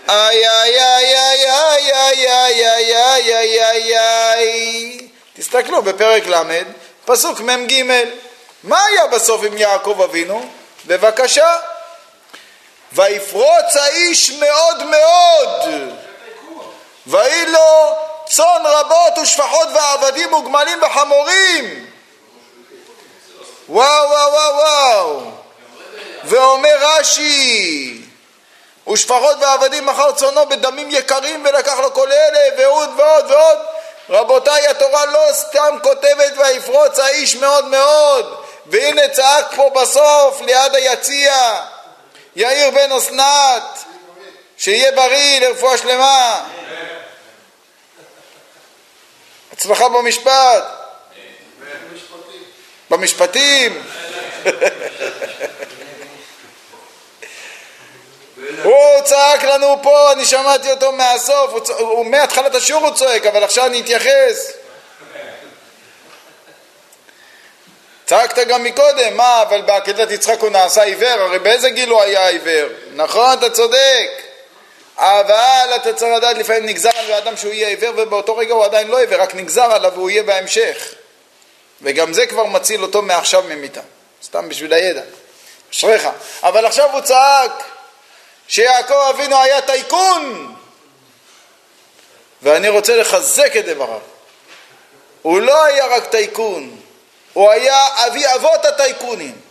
תסתכלו בפרק למד, פסוק מ"ג. מה היה בסוף עם יעקב אבינו? בבקשה. ויפרוץ האיש מאוד מאוד, ויהי לו צאן רבות ושפחות ועבדים וגמלים וחמורים. וואו וואו וואו וואו. ואומר רש"י, ושפחות ועבדים מכר צאנו בדמים יקרים ולקח לו כל אלה ועוד ועוד ועוד. רבותיי, התורה לא סתם כותבת ויפרוץ האיש מאוד מאוד, והנה צעק פה בסוף ליד היציע יאיר בן אסנת, שיהיה בריא לרפואה שלמה, הצלחה במשפט, במשפטים. הוא צעק לנו פה, אני שמעתי אותו מהסוף, הוא מהתחלת השיעור הוא צועק, אבל עכשיו אני אתייחס. צעקת גם מקודם, מה, אבל בעקדת יצחק הוא נעשה עיוור, הרי באיזה גיל הוא היה עיוור? נכון, אתה צודק, אבל אתה צריך לדעת, לפעמים נגזר על האדם שהוא יהיה עיוור, ובאותו רגע הוא עדיין לא עיוור, רק נגזר עליו והוא יהיה בהמשך, וגם זה כבר מציל אותו מעכשיו ממיתה, סתם בשביל הידע, אשריך. אבל עכשיו הוא צעק שיעקב אבינו היה טייקון, ואני רוצה לחזק את דבריו. הוא לא היה רק טייקון, הוא היה אבי אבות הטייקונים.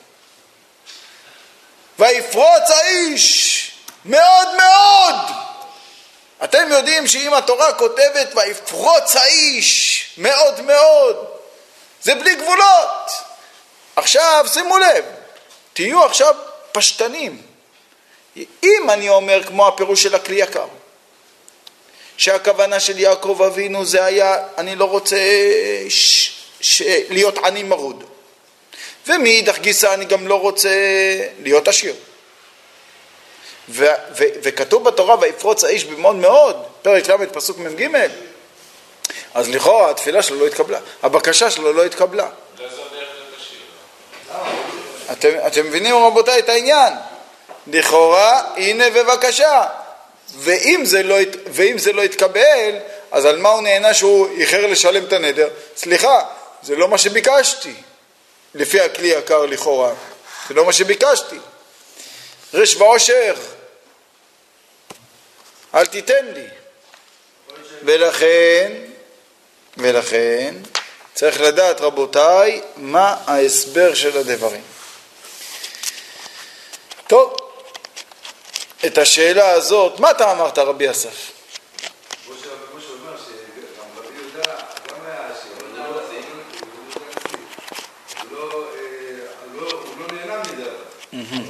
ויפרוץ האיש מאוד מאוד. אתם יודעים שאם התורה כותבת ויפרוץ האיש מאוד מאוד, זה בלי גבולות. עכשיו שימו לב, תהיו עכשיו פשטנים. אם אני אומר כמו הפירוש של הכלי יקר, שהכוונה של יעקב אבינו זה היה, אני לא רוצה להיות עני מרוד. ומאידך גיסא אני גם לא רוצה להיות עשיר. וכתוב בתורה, ויפרוץ האיש במאוד מאוד, פרק ל' פסוק מ"ג. אז לכאורה התפילה שלו לא התקבלה, הבקשה שלו לא התקבלה. אתם מבינים רבותיי את העניין? לכאורה, הנה בבקשה. ואם זה לא יתקבל, אז על מה הוא נהנה שהוא איחר לשלם את הנדר? סליחה, זה לא מה שביקשתי. לפי הכלי יקר לכאורה, זה לא מה שביקשתי. רש ועושר, אל תיתן לי. ולכן צריך לדעת רבותיי מה ההסבר של הדברים. טוב, את השאלה הזאת, מה אתה אמרת רבי אסף? כמו שאומר שגם רבי יהודה גם היה עשיר, הוא לא נהנה מזה.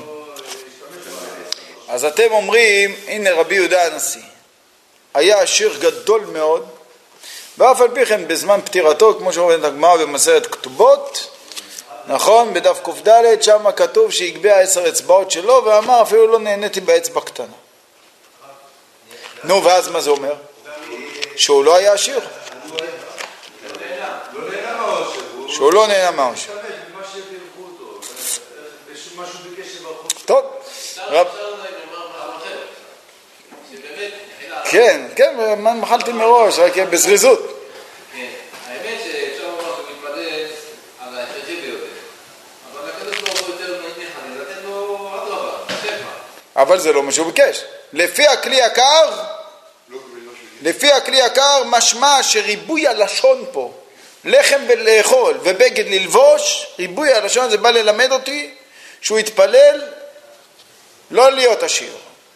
אז אתם אומרים, הנה רבי יהודה הנשיא היה עשיר גדול מאוד, ואף על פי כן בזמן פטירתו, כמו שאומרת הגמרא במסכת כתובות, נכון, בדף ק"ד, שם כתוב שהגביה 10 אצבעות שלו, ואמר אפילו לא נהניתי באצבע קטנה. נו, ואז מה זה אומר? שהוא לא היה עשיר. שהוא לא נהנה מהעושר. טוב, כן, מחלתי מראש, רק בזריזות. האמת שאפשר לומר שהוא מתמדד על ההכרחי ביותר, אבל הקדוש ברוך הוא יותר מחנן, לתת לו אדרבה, שפע. אבל זה לא מה שהוא ביקש. לפי הכלי יקר משמע שריבוי הלשון פה, לחם ולאכול ובגד ללבוש, ריבוי הלשון זה בא ללמד אותי שהוא יתפלל לא להיות עשיר.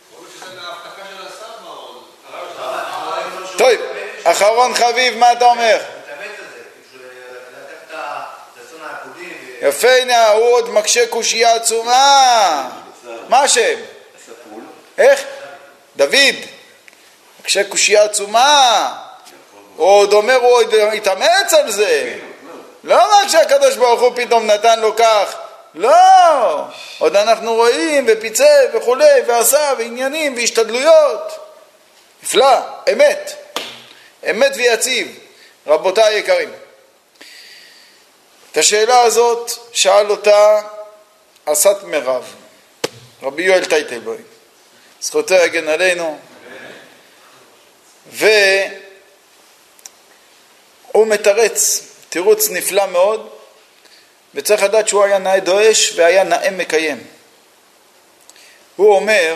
טוב, אחרון חביב, מה אתה אומר? יפה, הנה, הוא עוד מקשה קושייה עצומה. מה השם? איך? דוד. מקשה קושייה עצומה. הוא עוד אומר, הוא עוד התאמץ על זה. לא רק שהקדוש ברוך הוא פתאום נתן לו כך. לא. עוד אנחנו רואים ופיצה וכולי ועשה ועניינים והשתדלויות. נפלא, אמת. אמת ויציב, רבותיי היקרים. את השאלה הזאת שאל אותה אסת מרב, רבי יואל טייטלבוי, זכותו יגן עלינו, והוא מתרץ, תירוץ נפלא מאוד, וצריך לדעת שהוא היה נאה דואש והיה נאה מקיים. הוא אומר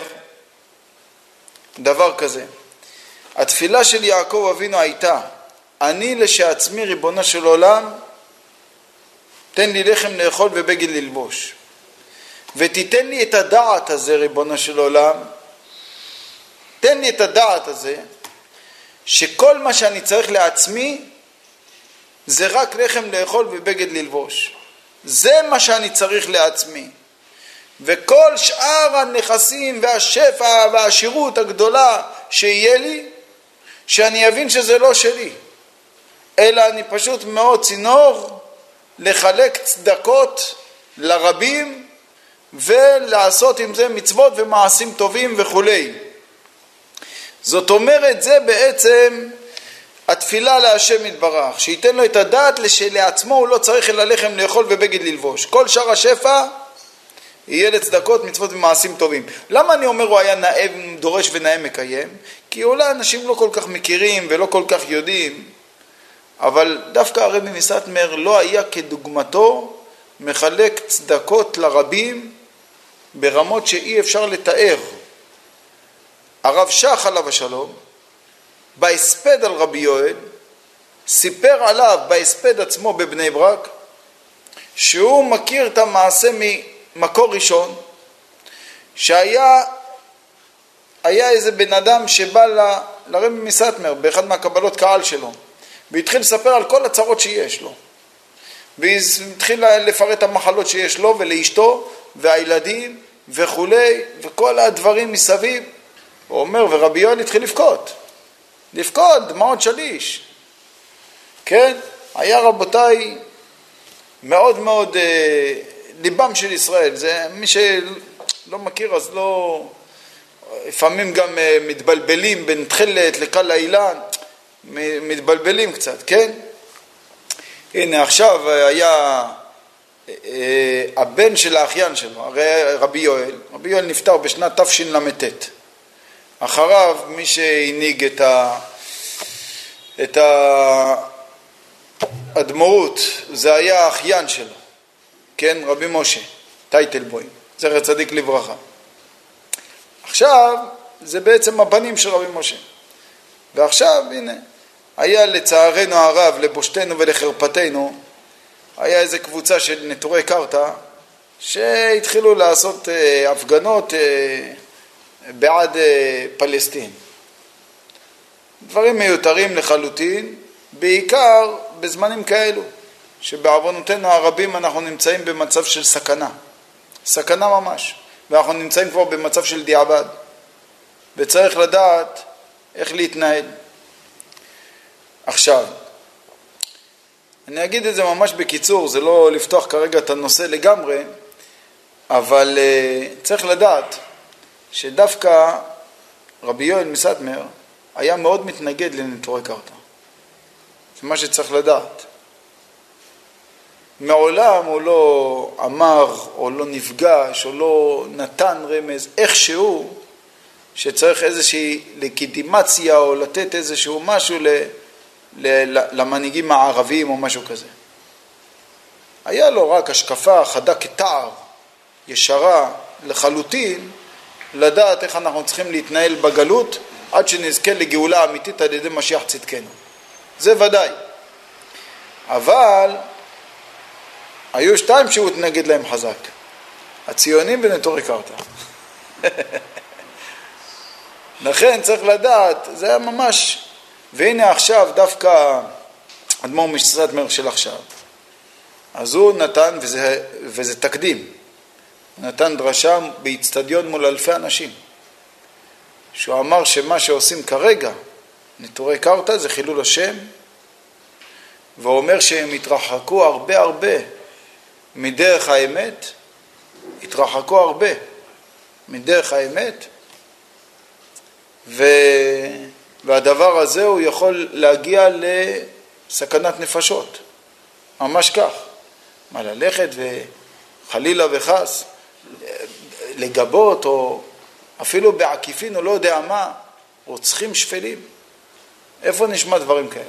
דבר כזה, התפילה של יעקב אבינו הייתה, אני לשעצמי ריבונו של עולם, תן לי לחם לאכול ובגד ללבוש. ותיתן לי את הדעת הזה, ריבונו של עולם, תן לי את הדעת הזה, שכל מה שאני צריך לעצמי, זה רק לחם לאכול ובגד ללבוש. זה מה שאני צריך לעצמי. וכל שאר הנכסים והשפע והעשירות הגדולה שיהיה לי, שאני אבין שזה לא שלי, אלא אני פשוט מאוד צינור לחלק צדקות לרבים ולעשות עם זה מצוות ומעשים טובים וכולי. זאת אומרת, זה בעצם התפילה להשם יתברך, שייתן לו את הדעת שלעצמו הוא לא צריך אלא לחם לאכול ובגד ללבוש. כל שאר השפע יהיה לצדקות, מצוות ומעשים טובים. למה אני אומר הוא היה נאה דורש ונאה מקיים? כי אולי אנשים לא כל כך מכירים ולא כל כך יודעים, אבל דווקא הרבי מסאטמר לא היה כדוגמתו מחלק צדקות לרבים ברמות שאי אפשר לתאר. הרב שך עליו השלום, בהספד על רבי יואל, סיפר עליו בהספד עצמו בבני ברק, שהוא מכיר את המעשה ממקור ראשון, שהיה איזה בן אדם שבא לרבי מסאטמר באחד מהקבלות קהל שלו, והתחיל לספר על כל הצרות שיש לו, והתחיל לפרט המחלות שיש לו ולאשתו והילדים וכולי וכל הדברים מסביב. הוא אומר, ורבי יואל התחיל לבכות, לבכות, דמעות שליש. כן? היה רבותיי מאוד מאוד ליבם של ישראל. זה מי שלא מכיר אז לא... לפעמים גם מתבלבלים בין תחילת לקל האילן, מתבלבלים קצת, כן? הנה עכשיו היה הבן של האחיין שלו, הרי רבי יואל נפטר בשנת תשל"ט. אחריו מי שהנהיג את האדמו"רות זה היה האחיין שלו, כן? רבי משה טייטלבוים, זכר צדיק לברכה. עכשיו זה בעצם הבנים של רבי משה. ועכשיו הנה היה לצערנו הרב, לבושתנו ולחרפתנו, היה איזו קבוצה של נטורי קרתא שהתחילו לעשות הפגנות בעד פלסטין. דברים מיותרים לחלוטין, בעיקר בזמנים כאלו, שבעוונותינו הרבים אנחנו נמצאים במצב של סכנה. סכנה ממש. ואנחנו נמצאים כבר במצב של דיעבד. וצריך לדעת איך להתנהל. עכשיו, אני אגיד את זה ממש בקיצור, זה לא לפתוח כרגע את הנושא לגמרי, אבל צריך לדעת שדווקא רבי יואל מסטמר היה מאוד מתנגד לנטורי קרתא. זה מה שצריך לדעת. מעולם הוא לא אמר או לא נפגש או לא נתן רמז איכשהו שצריך איזושהי לגיטימציה או לתת איזשהו משהו למנהיגים הערבים או משהו כזה. היה לו רק השקפה חדה כתער, ישרה לחלוטין, לדעת איך אנחנו צריכים להתנהל בגלות עד שנזכה לגאולה אמיתית על ידי משיח צדקנו. זה ודאי. אבל היו שתיים שהוא התנגד להם חזק. הציונים ונטורי קרתא. לכן צריך לדעת, זה היה ממש, והנה עכשיו דווקא אדמו"ר מסטמר של עכשיו. אז הוא נתן, וזה תקדים, הוא נתן דרשה באצטדיון מול אלפי אנשים. שהוא אמר שמה שעושים כרגע, נטורי קרתא, זה חילול השם, והוא אומר שהם התרחקו הרבה מדרך האמת, התרחקו הרבה מדרך האמת, והדבר הזה הוא יכול להגיע לסכנת נפשות, ממש כך. מה ללכת וחלילה וחס, לגבות או אפילו בעקיפין או לא יודע מה, רוצחים שפלים. איפה נשמע דברים כאלה?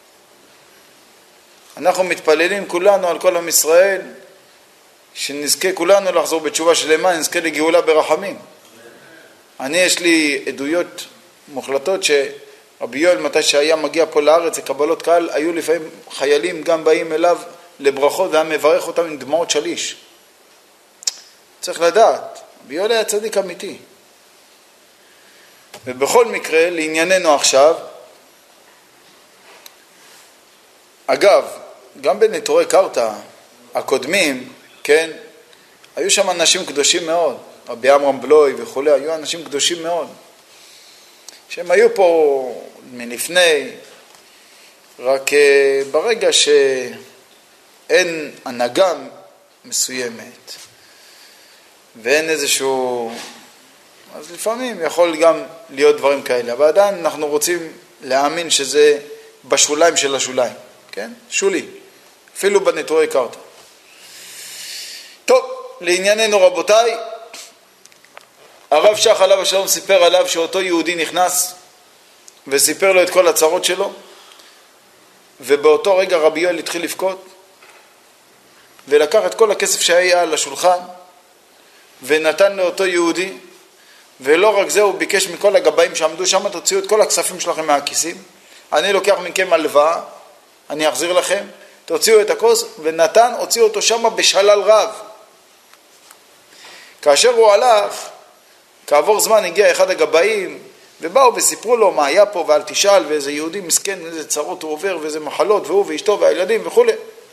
אנחנו מתפללים כולנו על כל עם ישראל, שנזכה כולנו לחזור בתשובה שלמה, נזכה לגאולה ברחמים. אני יש לי עדויות מוחלטות שרבי יואל מתי שהיה מגיע פה לארץ לקבלות קהל, היו לפעמים חיילים גם באים אליו לברכות והיה מברך אותם עם דמעות שליש. צריך לדעת, רבי יואל היה צדיק אמיתי. ובכל מקרה, לענייננו עכשיו, אגב, גם בנטורי קרתא הקודמים, כן, היו שם אנשים קדושים מאוד, רבי עמרם בלוי וכו', היו אנשים קדושים מאוד, שהם היו פה מלפני, רק ברגע שאין הנהגה מסוימת, ואין איזשהו, אז לפעמים יכול גם להיות דברים כאלה, אבל עדיין אנחנו רוצים להאמין שזה בשוליים של השוליים, כן? שולי, אפילו בנטורי קרתא. טוב, לענייננו רבותיי, הרב שך עליו השלום סיפר עליו שאותו יהודי נכנס וסיפר לו את כל הצרות שלו, ובאותו רגע רבי יואל התחיל לבכות ולקח את כל הכסף שהיה על השולחן ונתן לאותו יהודי, ולא רק זה, הוא ביקש מכל הגבאים שעמדו שם, תוציאו את כל הכספים שלכם מהכיסים, אני לוקח מכם הלוואה, אני אחזיר לכם, תוציאו את הכוס, ונתן, הוציאו אותו שם בשלל רב. כאשר הוא הלך, כעבור זמן הגיע אחד הגבאים, ובאו וסיפרו לו מה היה פה, ואל תשאל, ואיזה יהודי מסכן, איזה צרות הוא עובר, ואיזה מחלות, והוא ואשתו והילדים וכו'.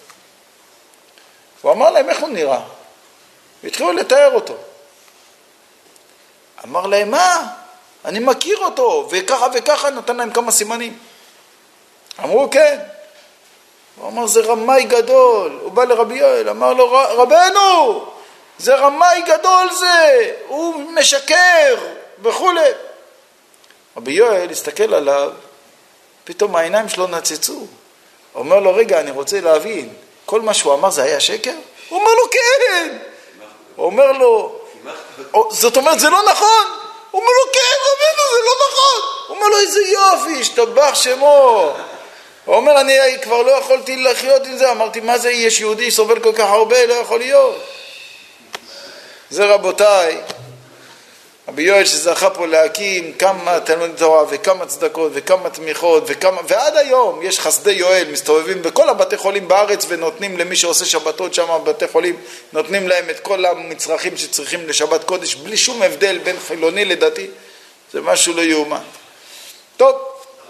הוא אמר להם, איך הוא נראה? והתחילו לתאר אותו. אמר להם, מה? אני מכיר אותו, וככה וככה נתן להם כמה סימנים. אמרו כן. הוא אמר זה רמאי גדול, הוא בא לרבי יואל, אמר לו רבנו, זה רמאי גדול זה, הוא משקר וכו'. רבי יואל הסתכל עליו, פתאום העיניים שלו נצצו. הוא אומר לו רגע אני רוצה להבין, כל מה שהוא אמר זה היה שקר? הוא אומר לו כן. הוא אומר לו, זאת אומרת זה לא נכון? הוא אומר לו כן רבנו זה לא נכון. הוא אומר לו איזה יופי, השתבח שמו. הוא אומר אני כבר לא יכולתי לחיות עם זה, אמרתי מה זה יש יהודי סובל כל כך הרבה, לא יכול להיות. זה רבותיי, רבי יואל שזכה פה להקים כמה תלמודי תורה וכמה צדקות וכמה תמיכות ועד היום יש חסדי יואל מסתובבים בכל הבתי חולים בארץ ונותנים למי שעושה שבתות שם בבתי חולים, נותנים להם את כל המצרכים שצריכים לשבת קודש בלי שום הבדל בין חילוני לדתי, זה משהו לא יאומן. טוב,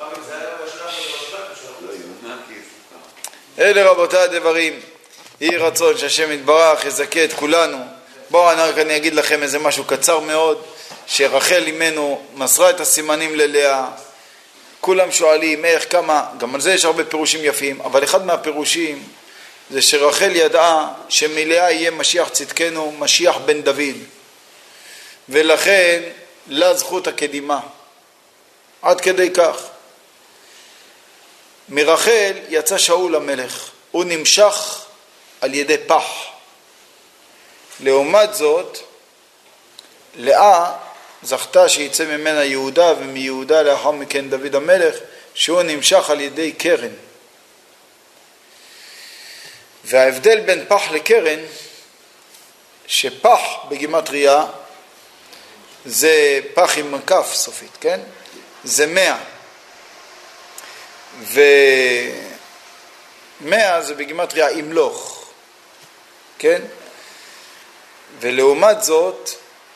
אלה רבותיי הדברים, יהי רצון שהשם יתברך יזכה את כולנו. בואו אני אגיד לכם איזה משהו קצר מאוד, שרחל אימנו מסרה את הסימנים ללאה. כולם שואלים איך כמה, גם על זה יש הרבה פירושים יפים, אבל אחד מהפירושים זה שרחל ידעה שמלאה יהיה משיח צדקנו, משיח בן דוד, ולכן לה זכות הקדימה. עד כדי כך מרחל יצא שאול המלך, הוא נמשך על ידי פח. לעומת זאת לאה זכתה שיצא ממנה יהודה, ומיהודה לאחר מכן דוד המלך, שהוא נמשך על ידי קרן. וההבדל בין פח לקרן, שפח בגימטריה זה פח עם כף סופית, כן? זה 100. ו100 זה בגימטריה ימלוך, כן? ולעומת זאת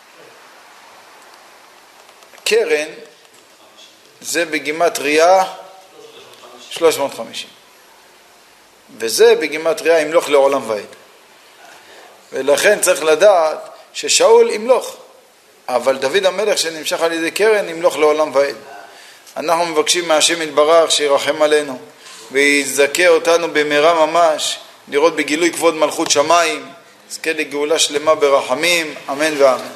קרן זה בגימטריה 350, וזה בגימטריה ימלוך לעולם ועד. ולכן צריך לדעת ששאול ימלוך, אבל דוד המלך שנמשך על ידי קרן ימלוך לעולם ועד. אנחנו מבקשים מהשם יתברך שירחם עלינו ויזכה אותנו במהרה ממש לראות בגילוי כבוד מלכות שמיים, זכה לגאולה שלמה ברחמים, אמן ואמן.